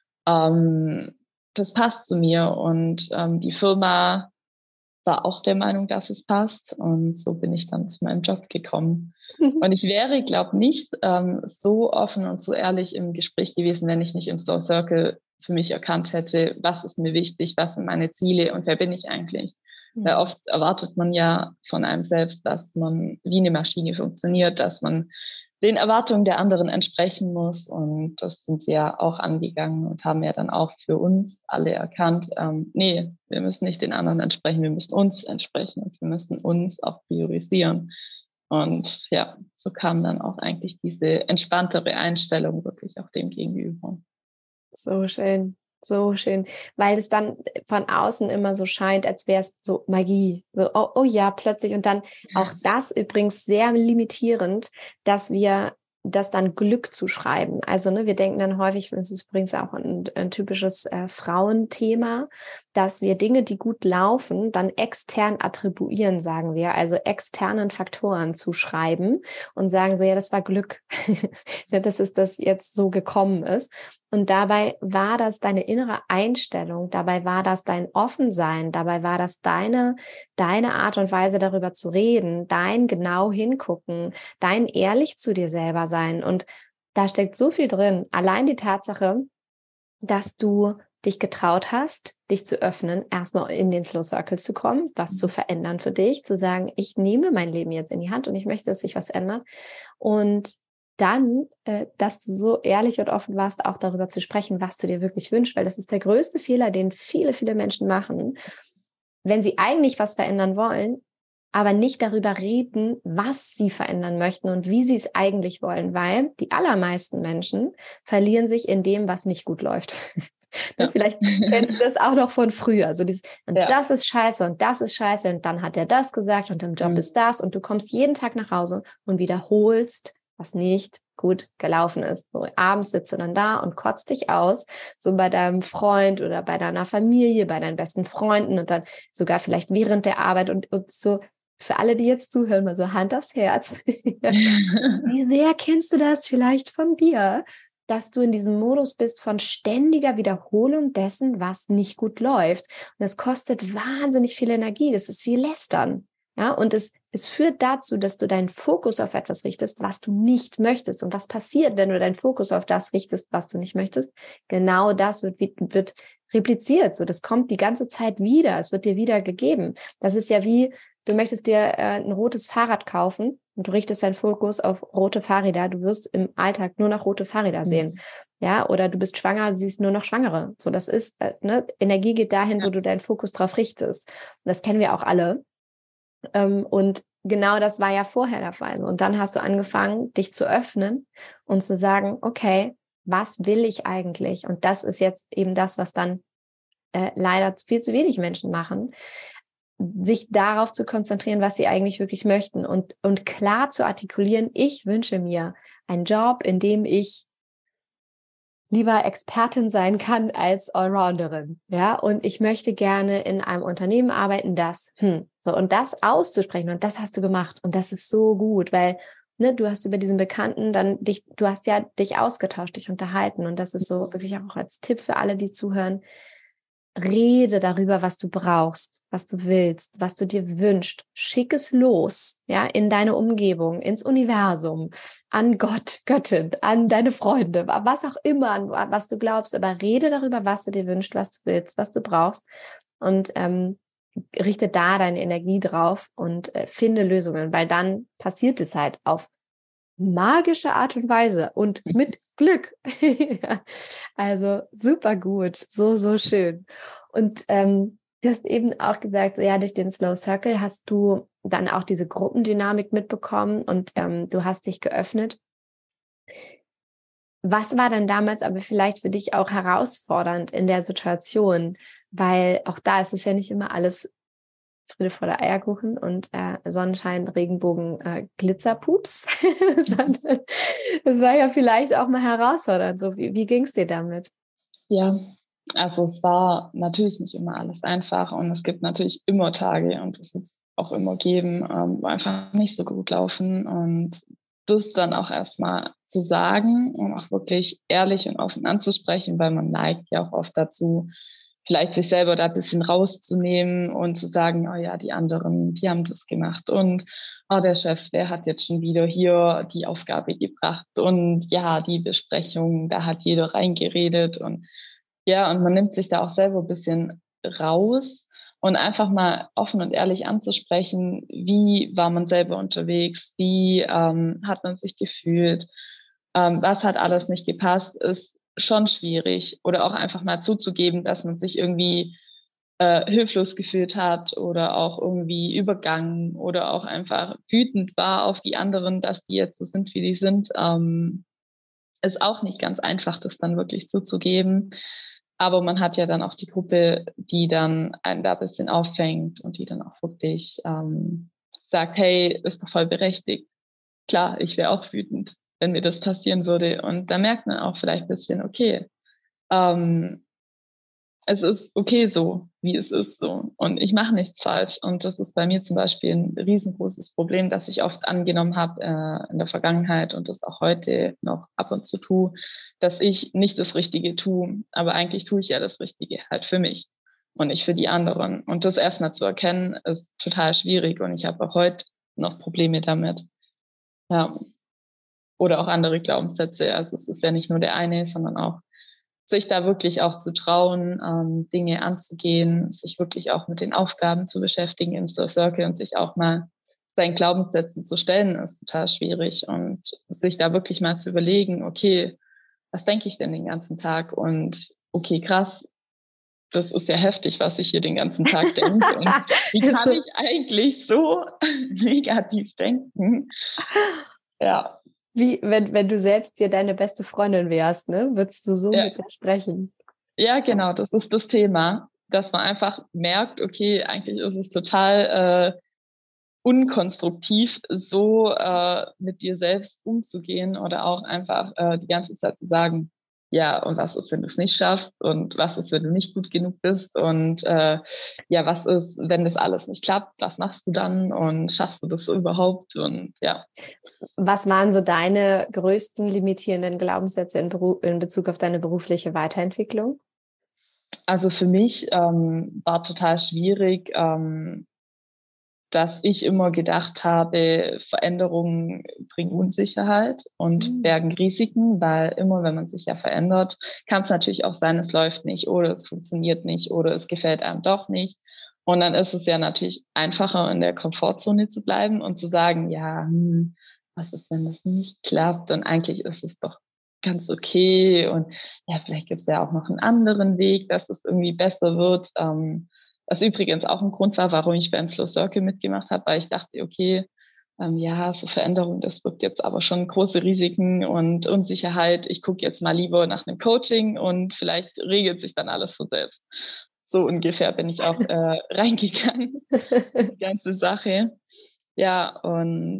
das passt zu mir. Und die Firma war auch der Meinung, dass es passt. Und so bin ich dann zu meinem Job gekommen. Und ich wäre, glaube nicht so offen und so ehrlich im Gespräch gewesen, wenn ich nicht im Slow Circle für mich erkannt hätte, was ist mir wichtig, was sind meine Ziele und wer bin ich eigentlich. Weil oft erwartet man ja von einem selbst, dass man wie eine Maschine funktioniert, dass man den Erwartungen der anderen entsprechen muss. Und das sind wir auch angegangen und haben ja dann auch für uns alle erkannt, nee, wir müssen nicht den anderen entsprechen, wir müssen uns entsprechen und wir müssen uns auch priorisieren. Und ja, so kam dann auch eigentlich diese entspanntere Einstellung wirklich auch dem gegenüber. So schön. So schön, weil es dann von außen immer so scheint, als wäre es so Magie. So, oh ja, plötzlich. Und dann auch das übrigens sehr limitierend, dass wir das dann Glück zu schreiben. Also wir denken dann häufig, das ist übrigens auch ein typisches Frauenthema, dass wir Dinge, die gut laufen, dann extern attribuieren, sagen wir, also externen Faktoren zuschreiben und sagen so, ja, das war Glück, dass es das jetzt so gekommen ist. Und dabei war das deine innere Einstellung, dabei war das dein Offensein, dabei war das deine Art und Weise, darüber zu reden, dein genau hingucken, dein ehrlich zu dir selber sein. Und da steckt so viel drin. Allein die Tatsache, dass du dich getraut hast, dich zu öffnen, erstmal in den Slow Circle zu kommen, was zu verändern für dich, zu sagen, ich nehme mein Leben jetzt in die Hand und ich möchte, dass sich was ändert. Und dann, dass du so ehrlich und offen warst, auch darüber zu sprechen, was du dir wirklich wünschst, weil das ist der größte Fehler, den viele, viele Menschen machen, wenn sie eigentlich was verändern wollen, aber nicht darüber reden, was sie verändern möchten und wie sie es eigentlich wollen, weil die allermeisten Menschen verlieren sich in dem, was nicht gut läuft. Ja. Vielleicht kennst du das auch noch von früher. So dieses, und das ist scheiße und das ist scheiße und dann hat er das gesagt und im Job ist das und du kommst jeden Tag nach Hause und wiederholst, was nicht gut gelaufen ist. So, abends sitzt du dann da und kotzt dich aus, so bei deinem Freund oder bei deiner Familie, bei deinen besten Freunden und dann sogar vielleicht während der Arbeit und so. Für alle, die jetzt zuhören, mal so Hand aufs Herz. Wie sehr kennst du das vielleicht von dir, dass du in diesem Modus bist von ständiger Wiederholung dessen, was nicht gut läuft? Und das kostet wahnsinnig viel Energie. Das ist wie Lästern. Ja, und es führt dazu, dass du deinen Fokus auf etwas richtest, was du nicht möchtest. Und was passiert, wenn du deinen Fokus auf das richtest, was du nicht möchtest? Genau das wird repliziert. So, das kommt die ganze Zeit wieder. Es wird dir wieder gegeben. Das ist ja wie, du möchtest dir ein rotes Fahrrad kaufen und du richtest deinen Fokus auf rote Fahrräder. Du wirst im Alltag nur noch rote Fahrräder sehen. Ja, oder du bist schwanger, siehst nur noch Schwangere. So, das ist, Energie geht dahin, wo du deinen Fokus drauf richtest. Und das kennen wir auch alle. Und genau das war ja vorher der Fall. Und dann hast du angefangen, dich zu öffnen und zu sagen, okay, was will ich eigentlich? Und das ist jetzt eben das, was dann leider viel zu wenig Menschen machen, sich darauf zu konzentrieren, was sie eigentlich wirklich möchten und klar zu artikulieren, ich wünsche mir einen Job, in dem ich lieber Expertin sein kann als Allrounderin, ja, und ich möchte gerne in einem Unternehmen arbeiten, so, und das auszusprechen, und das hast du gemacht, und das ist so gut, weil, du hast über diesen Bekannten du hast ja dich ausgetauscht, dich unterhalten, und das ist so wirklich auch als Tipp für alle, die zuhören, rede darüber, was du brauchst, was du willst, was du dir wünschst. Schick es los, ja, in deine Umgebung, ins Universum, an Gott, Göttin, an deine Freunde, was auch immer, an was du glaubst. Aber rede darüber, was du dir wünschst, was du willst, was du brauchst. Und richte da deine Energie drauf und finde Lösungen, weil dann passiert es halt auf magische Art und Weise und mit Glück. Also super gut, so, so schön. Und du hast eben auch gesagt, ja, durch den Slow Circle hast du dann auch diese Gruppendynamik mitbekommen und du hast dich geöffnet. Was war denn damals aber vielleicht für dich auch herausfordernd in der Situation? Weil auch da ist es ja nicht immer alles Friede, Freude, Eierkuchen und Sonnenschein, Regenbogen, Glitzerpups. Sondern es war ja vielleicht auch mal herausfordernd. So, wie ging es dir damit? Ja, also es war natürlich nicht immer alles einfach und es gibt natürlich immer Tage und es wird es auch immer geben, wo einfach nicht so gut laufen und das dann auch erstmal zu sagen und auch wirklich ehrlich und offen anzusprechen, weil man neigt ja auch oft dazu, vielleicht sich selber da ein bisschen rauszunehmen und zu sagen, oh ja, die anderen, die haben das gemacht und oh, der Chef, der hat jetzt schon wieder hier die Aufgabe gebracht und ja, die Besprechung, da hat jeder reingeredet und ja, und man nimmt sich da auch selber ein bisschen raus und einfach mal offen und ehrlich anzusprechen, wie war man selber unterwegs, wie hat man sich gefühlt, was hat alles nicht gepasst, ist schon schwierig. Oder auch einfach mal zuzugeben, dass man sich irgendwie hilflos gefühlt hat oder auch irgendwie übergangen oder auch einfach wütend war auf die anderen, dass die jetzt so sind, wie die sind. Ist auch nicht ganz einfach, das dann wirklich zuzugeben. Aber man hat ja dann auch die Gruppe, die dann einen da ein bisschen auffängt und die dann auch wirklich sagt, hey, ist doch voll berechtigt. Klar, ich wäre auch wütend. wenn mir das passieren würde. Und da merkt man auch vielleicht ein bisschen, okay, es ist okay so, wie es ist so. Und ich mache nichts falsch. Und das ist bei mir zum Beispiel ein riesengroßes Problem, das ich oft angenommen habe in der Vergangenheit und das auch heute noch ab und zu tue, dass ich nicht das Richtige tue. Aber eigentlich tue ich ja das Richtige halt für mich und nicht für die anderen. Und das erstmal zu erkennen, ist total schwierig. Und ich habe auch heute noch Probleme damit. Ja. Oder auch andere Glaubenssätze. Also es ist ja nicht nur der eine, sondern auch sich da wirklich auch zu trauen, Dinge anzugehen, sich wirklich auch mit den Aufgaben zu beschäftigen im Slow Circle und sich auch mal seinen Glaubenssätzen zu stellen, ist total schwierig. Und sich da wirklich mal zu überlegen, okay, was denke ich denn den ganzen Tag? Und okay, krass, das ist ja heftig, was ich hier den ganzen Tag denke. Und wie kann ich eigentlich so negativ denken? Ja. Wie, wenn du selbst dir deine beste Freundin wärst, ne? Würdest du so mit dir sprechen? Ja, genau, das ist das Thema, dass man einfach merkt, okay, eigentlich ist es total unkonstruktiv, so mit dir selbst umzugehen oder auch einfach die ganze Zeit zu sagen, ja, und was ist, wenn du es nicht schaffst und was ist, wenn du nicht gut genug bist und ja, was ist, wenn das alles nicht klappt, was machst du dann und schaffst du das überhaupt und ja. Was waren so deine größten limitierenden Glaubenssätze in Bezug auf deine berufliche Weiterentwicklung? Also für mich war total schwierig, dass ich immer gedacht habe, Veränderungen bringen Unsicherheit und bergen Risiken, weil immer, wenn man sich ja verändert, kann es natürlich auch sein, es läuft nicht oder es funktioniert nicht oder es gefällt einem doch nicht. Und dann ist es ja natürlich einfacher, in der Komfortzone zu bleiben und zu sagen, ja, was ist, wenn das nicht klappt? Und eigentlich ist es doch ganz okay. Und ja, vielleicht gibt es ja auch noch einen anderen Weg, dass es irgendwie besser wird. Was übrigens auch ein Grund war, warum ich beim Slow Circle mitgemacht habe, weil ich dachte, okay, ja, so Veränderung, das birgt jetzt aber schon große Risiken und Unsicherheit. Ich gucke jetzt mal lieber nach einem Coaching und vielleicht regelt sich dann alles von selbst. So ungefähr bin ich auch reingegangen, die ganze Sache. Ja, und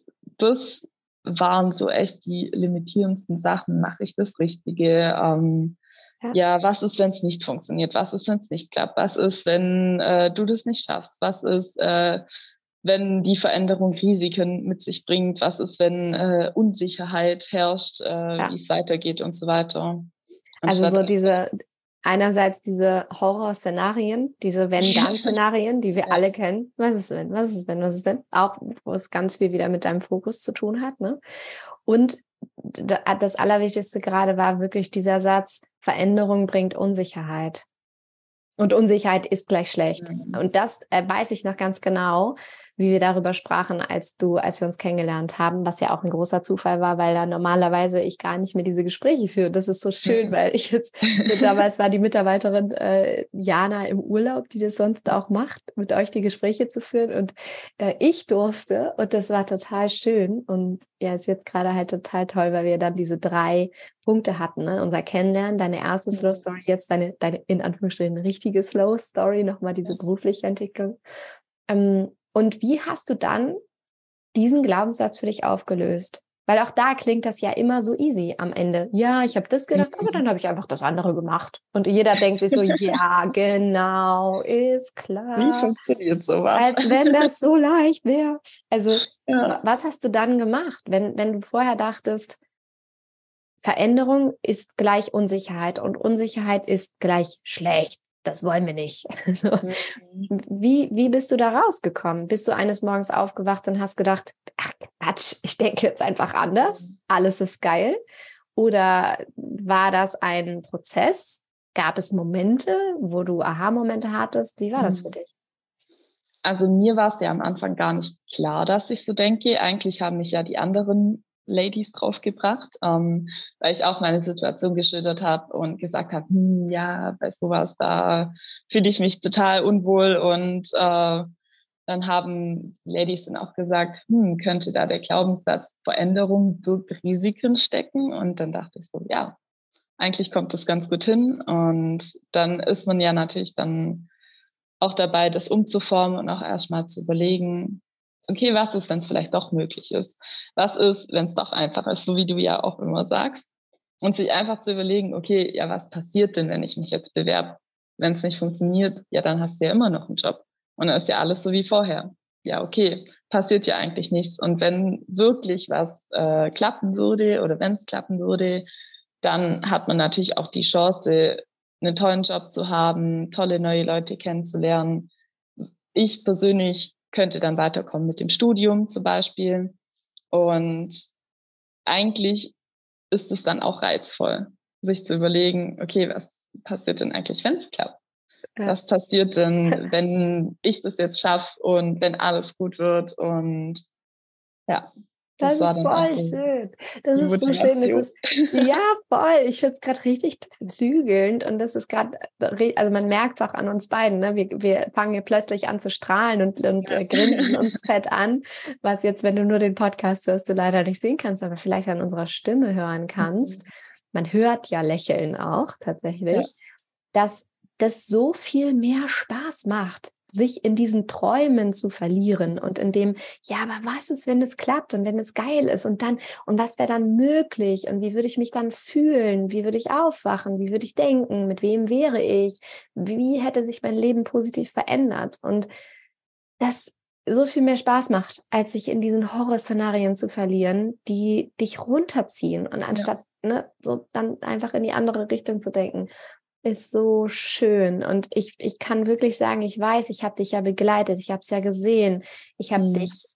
das waren so echt die limitierendsten Sachen. Mache ich das Richtige? Ja, was ist, wenn es nicht funktioniert? Was ist, wenn es nicht klappt? Was ist, wenn du das nicht schaffst? Was ist, wenn die Veränderung Risiken mit sich bringt? Was ist, wenn Unsicherheit herrscht, wie es weitergeht und so weiter? Also so einerseits diese Horrorszenarien, diese Wenn-Dann-Szenarien, die wir alle kennen. Was ist wenn? Was ist wenn? Was ist denn? Auch, wo es ganz viel wieder mit deinem Fokus zu tun hat, ne? Und das Allerwichtigste gerade war wirklich dieser Satz, Veränderung bringt Unsicherheit. Und Unsicherheit ist gleich schlecht. Und das weiß ich noch ganz genau, wie wir darüber sprachen, als wir uns kennengelernt haben, was ja auch ein großer Zufall war, weil da normalerweise ich gar nicht mehr diese Gespräche führe. Das ist so schön, weil ich jetzt, damals war die Mitarbeiterin Jana im Urlaub, die das sonst auch macht, mit euch die Gespräche zu führen. Und ich durfte und das war total schön. Und ja, ist jetzt gerade halt total toll, weil wir dann diese 3 Punkte hatten, ne? Unser Kennenlernen, deine erste Slow Story, jetzt deine in Anführungsstrichen richtige Slow Story, nochmal diese berufliche Entwicklung. Und wie hast du dann diesen Glaubenssatz für dich aufgelöst? Weil auch da klingt das ja immer so easy am Ende. Ja, ich habe das gedacht, aber dann habe ich einfach das andere gemacht. Und jeder denkt sich so, ja, genau, ist klar. Wie funktioniert sowas? Als wenn das so leicht wäre. Also, was hast du dann gemacht, wenn du vorher dachtest, Veränderung ist gleich Unsicherheit und Unsicherheit ist gleich schlecht. Das wollen wir nicht. Also, wie bist du da rausgekommen? Bist du eines Morgens aufgewacht und hast gedacht, ach Quatsch, ich denke jetzt einfach anders, alles ist geil? Oder war das ein Prozess? Gab es Momente, wo du Aha-Momente hattest? Wie war das für dich? Also mir war es ja am Anfang gar nicht klar, dass ich so denke. Eigentlich haben mich ja die anderen Ladies draufgebracht, weil ich auch meine Situation geschildert habe und gesagt habe, ja, bei sowas, da fühle ich mich total unwohl. Und dann haben Ladies dann auch gesagt, könnte da der Glaubenssatz Veränderung birgt Risiken stecken? Und dann dachte ich so, ja, eigentlich kommt das ganz gut hin. Und dann ist man ja natürlich dann auch dabei, das umzuformen und auch erstmal zu überlegen, okay, was ist, wenn es vielleicht doch möglich ist? Was ist, wenn es doch einfach ist, so wie du ja auch immer sagst? Und sich einfach zu überlegen, okay, ja, was passiert denn, wenn ich mich jetzt bewerbe? Wenn es nicht funktioniert, ja, dann hast du ja immer noch einen Job. Und dann ist ja alles so wie vorher. Ja, okay, passiert ja eigentlich nichts. Und wenn wirklich was klappen würde oder wenn es klappen würde, dann hat man natürlich auch die Chance, einen tollen Job zu haben, tolle neue Leute kennenzulernen. Ich persönlich könnte dann weiterkommen mit dem Studium zum Beispiel. Und eigentlich ist es dann auch reizvoll, sich zu überlegen, okay, was passiert denn eigentlich, wenn es klappt? Ja. Was passiert denn, wenn ich das jetzt schaffe und wenn alles gut wird? Und ja, das ist voll schön. Das ist so schön. Das ist, ja, voll. Ich finde es gerade richtig beflügelnd. Und das ist gerade, also man merkt es auch an uns beiden. Ne? Wir fangen hier plötzlich an zu strahlen und grinsen uns fett an. Was jetzt, wenn du nur den Podcast hörst, du leider nicht sehen kannst, aber vielleicht an unserer Stimme hören kannst. Man hört ja Lächeln auch tatsächlich, dass das so viel mehr Spaß macht, sich in diesen Träumen zu verlieren und in dem, ja, aber was ist, wenn es klappt und wenn es geil ist und was wäre dann möglich und wie würde ich mich dann fühlen, wie würde ich aufwachen, wie würde ich denken, mit wem wäre ich, wie hätte sich mein Leben positiv verändert und das so viel mehr Spaß macht, als sich in diesen Horrorszenarien zu verlieren, die dich runterziehen und anstatt so dann einfach in die andere Richtung zu denken, ist so schön. Und ich kann wirklich sagen, ich weiß, ich habe dich ja begleitet, ich habe es ja gesehen, ich habe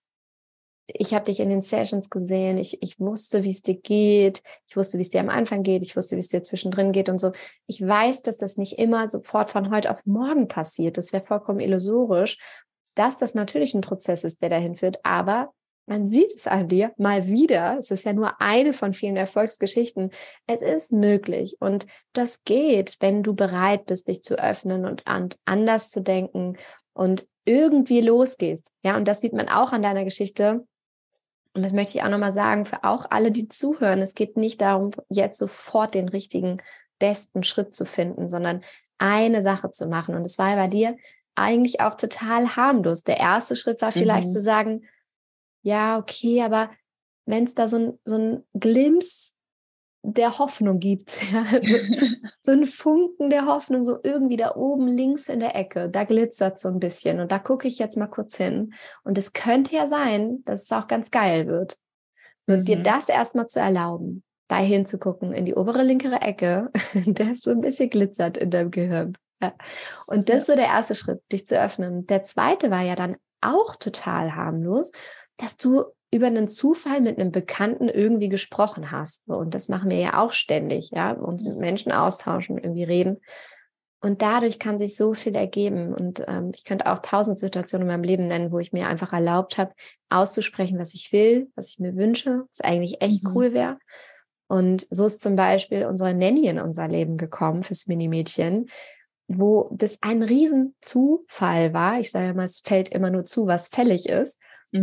dich in den Sessions gesehen, ich wusste, wie es dir geht, ich wusste, wie es dir am Anfang geht, ich wusste, wie es dir zwischendrin geht und so. Ich weiß, dass das nicht immer sofort von heute auf morgen passiert, das wäre vollkommen illusorisch, dass das natürlich ein Prozess ist, der dahin führt, aber man sieht es an dir mal wieder. Es ist ja nur eine von vielen Erfolgsgeschichten. Es ist möglich und das geht, wenn du bereit bist, dich zu öffnen und anders zu denken und irgendwie losgehst. Ja, und das sieht man auch an deiner Geschichte. Und das möchte ich auch nochmal sagen, für auch alle, die zuhören. Es geht nicht darum, jetzt sofort den richtigen, besten Schritt zu finden, sondern eine Sache zu machen. Und es war bei dir eigentlich auch total harmlos. Der erste Schritt war vielleicht zu sagen, ja, okay, aber wenn es da so ein Glimpse der Hoffnung gibt, ja, so ein Funken der Hoffnung, so irgendwie da oben links in der Ecke, da glitzert so ein bisschen und da gucke ich jetzt mal kurz hin. Und es könnte ja sein, dass es auch ganz geil wird. Und dir das erstmal zu erlauben, da hinzugucken, in die obere linkere Ecke, der so ein bisschen glitzert in deinem Gehirn. Ja. Und das ist so der erste Schritt, dich zu öffnen. Der zweite war ja dann auch total harmlos, dass du über einen Zufall mit einem Bekannten irgendwie gesprochen hast. Und das machen wir ja auch ständig, ja, uns mit Menschen austauschen, irgendwie reden. Und dadurch kann sich so viel ergeben. Und ich könnte auch 1000 Situationen in meinem Leben nennen, wo ich mir einfach erlaubt habe, auszusprechen, was ich will, was ich mir wünsche, was eigentlich echt cool wäre. Und so ist zum Beispiel unsere Nanny in unser Leben gekommen fürs Minimädchen, wo das ein Riesenzufall war. Ich sage immer, es fällt immer nur zu, was fällig ist.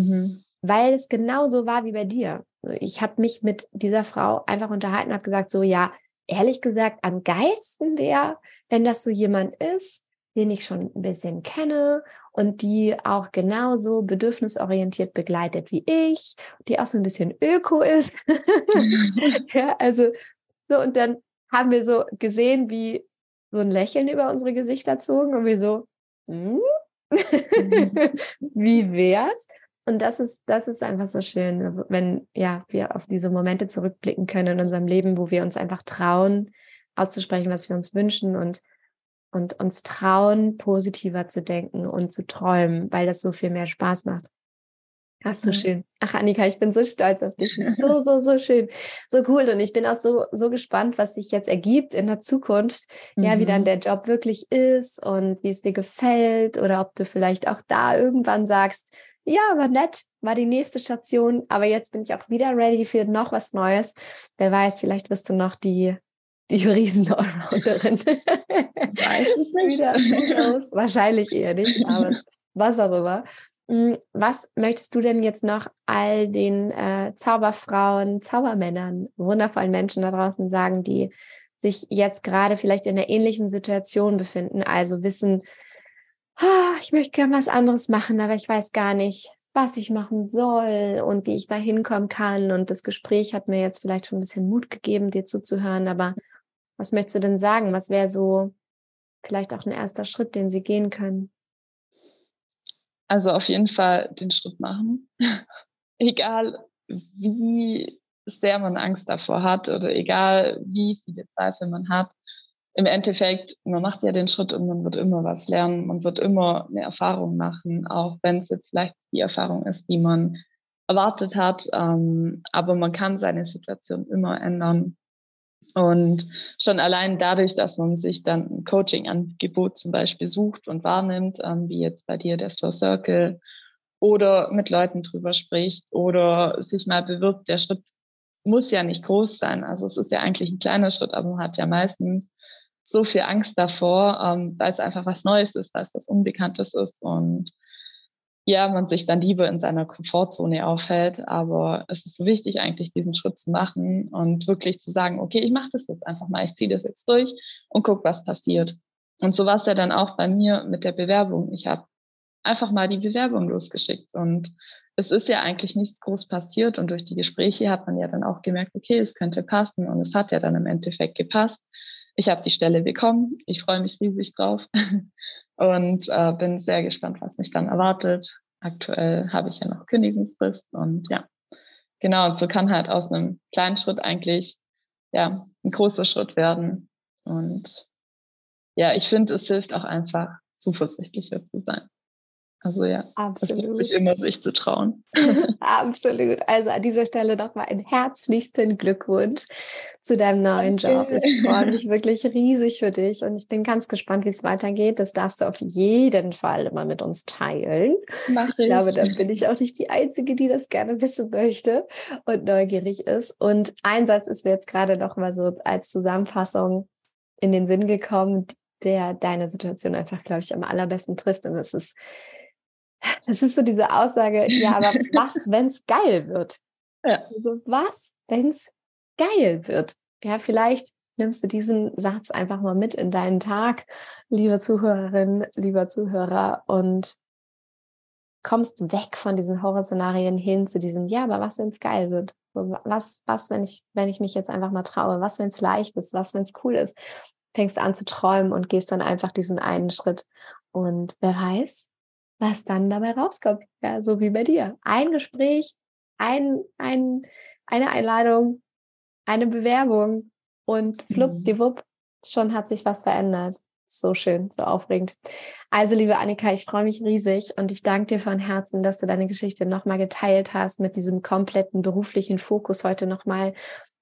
Weil es genauso war wie bei dir. Ich habe mich mit dieser Frau einfach unterhalten und habe gesagt, so ja, ehrlich gesagt, am geilsten wäre, wenn das so jemand ist, den ich schon ein bisschen kenne und die auch genauso bedürfnisorientiert begleitet wie ich, die auch so ein bisschen öko ist. Ja, also so, und dann haben wir so gesehen, wie so ein Lächeln über unsere Gesichter zogen und wir so, wie wär's? Und das ist einfach so schön, wenn wir auf diese Momente zurückblicken können in unserem Leben, wo wir uns einfach trauen, auszusprechen, was wir uns wünschen und uns trauen, positiver zu denken und zu träumen, weil das so viel mehr Spaß macht. Ach, so schön. Ach, Annika, ich bin so stolz auf dich. Das ist so schön. So cool. Und ich bin auch so gespannt, was sich jetzt ergibt in der Zukunft. Ja, wie dann der Job wirklich ist und wie es dir gefällt oder ob du vielleicht auch da irgendwann sagst, ja, war nett, war die nächste Station, aber jetzt bin ich auch wieder ready für noch was Neues. Wer weiß, vielleicht wirst du noch die Riesen-Allrounderin. Weiß es nicht. Wahrscheinlich eher nicht, aber was auch immer. Was möchtest du denn jetzt noch all den Zauberfrauen, Zaubermännern, wundervollen Menschen da draußen sagen, die sich jetzt gerade vielleicht in einer ähnlichen Situation befinden, also wissen, ich möchte gerne was anderes machen, aber ich weiß gar nicht, was ich machen soll und wie ich da hinkommen kann. Und das Gespräch hat mir jetzt vielleicht schon ein bisschen Mut gegeben, dir zuzuhören. Aber was möchtest du denn sagen? Was wäre so vielleicht auch ein erster Schritt, den sie gehen können? Also auf jeden Fall den Schritt machen. Egal wie sehr man Angst davor hat oder egal wie viele Zweifel man hat. Im Endeffekt, man macht ja den Schritt und man wird immer was lernen. Man wird immer eine Erfahrung machen, auch wenn es jetzt vielleicht die Erfahrung ist, die man erwartet hat. Aber man kann seine Situation immer ändern. Und schon allein dadurch, dass man sich dann ein Coaching-Angebot zum Beispiel sucht und wahrnimmt, wie jetzt bei dir der Slow Circle, oder mit Leuten drüber spricht oder sich mal bewirbt, der Schritt muss ja nicht groß sein. Also es ist ja eigentlich ein kleiner Schritt, aber man hat ja meistens so viel Angst davor, weil es einfach was Neues ist, weil es was Unbekanntes ist und ja, man sich dann lieber in seiner Komfortzone aufhält. Aber es ist so wichtig, eigentlich diesen Schritt zu machen und wirklich zu sagen, okay, ich mache das jetzt einfach mal, ich ziehe das jetzt durch und guck, was passiert. Und so war es ja dann auch bei mir mit der Bewerbung. Ich habe einfach mal die Bewerbung losgeschickt und es ist ja eigentlich nichts groß passiert und durch die Gespräche hat man ja dann auch gemerkt, okay, es könnte passen und es hat ja dann im Endeffekt gepasst. Ich habe die Stelle bekommen, ich freue mich riesig drauf und bin sehr gespannt, was mich dann erwartet. Aktuell habe ich ja noch Kündigungsfrist und ja, genau, und so kann halt aus einem kleinen Schritt eigentlich ja ein großer Schritt werden und ja, ich finde, es hilft auch einfach, zuversichtlicher zu sein. Also ja, es lohnt sich Absolut. immer, sich zu trauen. Absolut. Also an dieser Stelle nochmal einen herzlichsten Glückwunsch zu deinem neuen Job. Ich freue mich wirklich riesig für dich und ich bin ganz gespannt, wie es weitergeht. Das darfst du auf jeden Fall immer mit uns teilen. Mach Ich glaube, ich. da bin ich auch nicht die Einzige, die das gerne wissen möchte und neugierig ist. Und ein Satz ist mir jetzt gerade noch mal so als Zusammenfassung in den Sinn gekommen, der deine Situation einfach, glaube ich, am allerbesten trifft. Und das ist so diese Aussage, ja, aber was, wenn es geil wird? Ja. Also was, wenn es geil wird? Ja, vielleicht nimmst du diesen Satz einfach mal mit in deinen Tag, liebe Zuhörerin, lieber Zuhörer, und kommst weg von diesen Horrorszenarien hin zu diesem, ja, aber was, wenn es geil wird? Was, wenn ich mich jetzt einfach mal traue? Was, wenn es leicht ist? Was, wenn es cool ist? Fängst an zu träumen und gehst dann einfach diesen einen Schritt. Und wer weiß, was dann dabei rauskommt. Ja, so wie bei dir. Ein Gespräch, eine Einladung, eine Bewerbung und fluppdiwupp, schon hat sich was verändert. So schön, so aufregend. Also, liebe Annika, ich freue mich riesig und ich danke dir von Herzen, dass du deine Geschichte nochmal geteilt hast mit diesem kompletten beruflichen Fokus heute nochmal.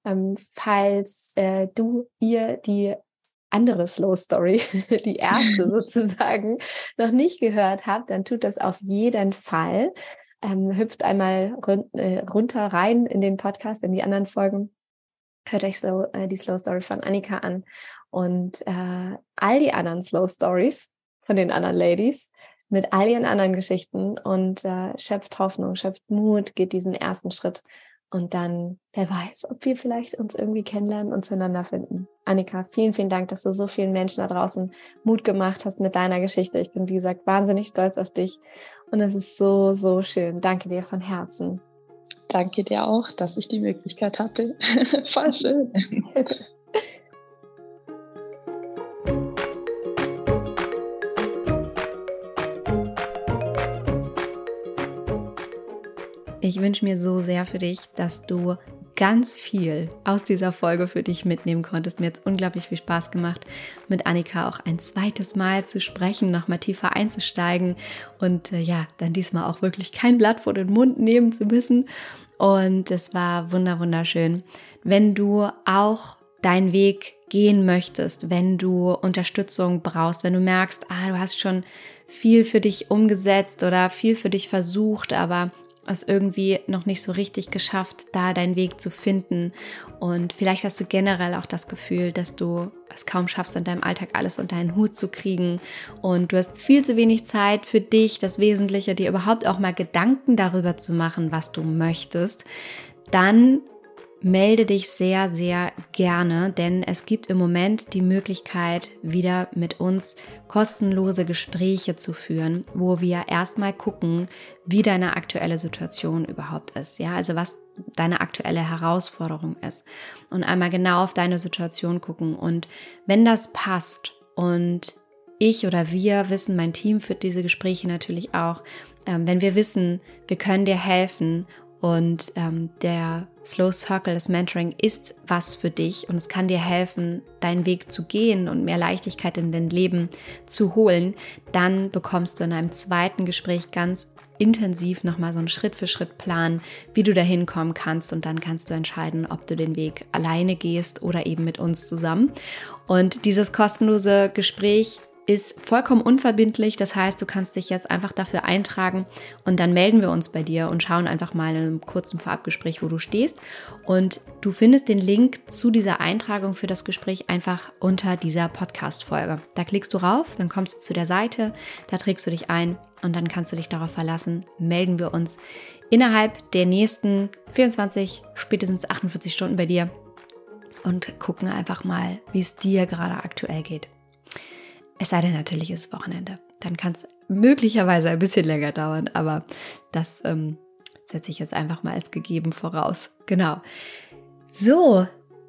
Falls ihr die andere Slow Story, die erste sozusagen, noch nicht gehört habt, dann tut das auf jeden Fall. Hüpft einmal runter rein in den Podcast, in die anderen Folgen. Hört euch die Slow Story von Annika an und all die anderen Slow Stories von den anderen Ladies mit all ihren anderen Geschichten und schöpft Hoffnung, schöpft Mut, geht diesen ersten Schritt und dann, wer weiß, ob wir vielleicht uns irgendwie kennenlernen und zueinander finden. Annika, vielen, vielen Dank, dass du so vielen Menschen da draußen Mut gemacht hast mit deiner Geschichte. Ich bin, wie gesagt, wahnsinnig stolz auf dich und es ist so, so schön. Danke dir von Herzen. Danke dir auch, dass ich die Möglichkeit hatte. Voll schön. Ich wünsche mir so sehr für dich, dass du ganz viel aus dieser Folge für dich mitnehmen konntest. Mir hat es unglaublich viel Spaß gemacht, mit Annika auch ein zweites Mal zu sprechen, nochmal tiefer einzusteigen und dann diesmal auch wirklich kein Blatt vor den Mund nehmen zu müssen. Und es war wunderschön. Wenn du auch deinen Weg gehen möchtest, wenn du Unterstützung brauchst, wenn du merkst, du hast schon viel für dich umgesetzt oder viel für dich versucht, aber es irgendwie noch nicht so richtig geschafft, da deinen Weg zu finden. Und vielleicht hast du generell auch das Gefühl, dass du es kaum schaffst, in deinem Alltag alles unter einen Hut zu kriegen. Und du hast viel zu wenig Zeit für dich, das Wesentliche, dir überhaupt auch mal Gedanken darüber zu machen, was du möchtest. Dann melde dich sehr, sehr gerne, denn es gibt im Moment die Möglichkeit, wieder mit uns kostenlose Gespräche zu führen, wo wir erstmal gucken, wie deine aktuelle Situation überhaupt ist. Ja, also was deine aktuelle Herausforderung ist und einmal genau auf deine Situation gucken. Und wenn das passt und ich oder wir wissen, mein Team führt diese Gespräche natürlich auch, wenn wir wissen, wir können dir helfen und der Slow Circle, das Mentoring ist was für dich und es kann dir helfen, deinen Weg zu gehen und mehr Leichtigkeit in dein Leben zu holen, dann bekommst du in einem zweiten Gespräch ganz intensiv nochmal so einen Schritt-für-Schritt-Plan, wie du da hinkommen kannst und dann kannst du entscheiden, ob du den Weg alleine gehst oder eben mit uns zusammen. Und dieses kostenlose Gespräch ist vollkommen unverbindlich, das heißt, du kannst dich jetzt einfach dafür eintragen und dann melden wir uns bei dir und schauen einfach mal in einem kurzen Vorabgespräch, wo du stehst, und du findest den Link zu dieser Eintragung für das Gespräch einfach unter dieser Podcast-Folge. Da klickst du rauf, dann kommst du zu der Seite, da trägst du dich ein und dann kannst du dich darauf verlassen, melden wir uns innerhalb der nächsten 24, spätestens 48 Stunden bei dir und gucken einfach mal, wie es dir gerade aktuell geht. Es sei denn, natürlich ist es Wochenende. Dann kann es möglicherweise ein bisschen länger dauern, aber das setze ich jetzt einfach mal als gegeben voraus. Genau. So,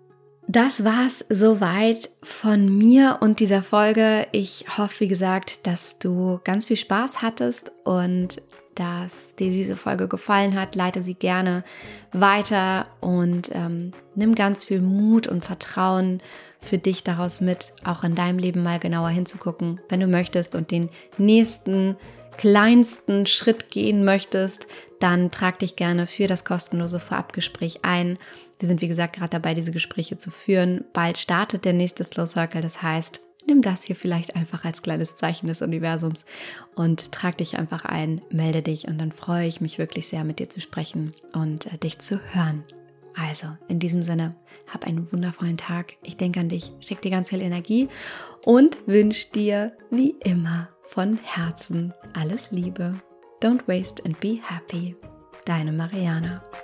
das war's soweit von mir und dieser Folge. Ich hoffe, wie gesagt, dass du ganz viel Spaß hattest und dass dir diese Folge gefallen hat. Leite sie gerne weiter und nimm ganz viel Mut und Vertrauen für dich daraus mit, auch in deinem Leben mal genauer hinzugucken, wenn du möchtest und den nächsten kleinsten Schritt gehen möchtest, dann trag dich gerne für das kostenlose Vorabgespräch ein. Wir sind, wie gesagt, gerade dabei, diese Gespräche zu führen. Bald startet der nächste Slow Circle, das heißt, nimm das hier vielleicht einfach als kleines Zeichen des Universums und trag dich einfach ein, melde dich und dann freue ich mich wirklich sehr, mit dir zu sprechen und dich zu hören. Also, in diesem Sinne, hab einen wundervollen Tag. Ich denke an dich, schick dir ganz viel Energie und wünsche dir wie immer von Herzen alles Liebe. Don't waste and be happy. Deine Mariana.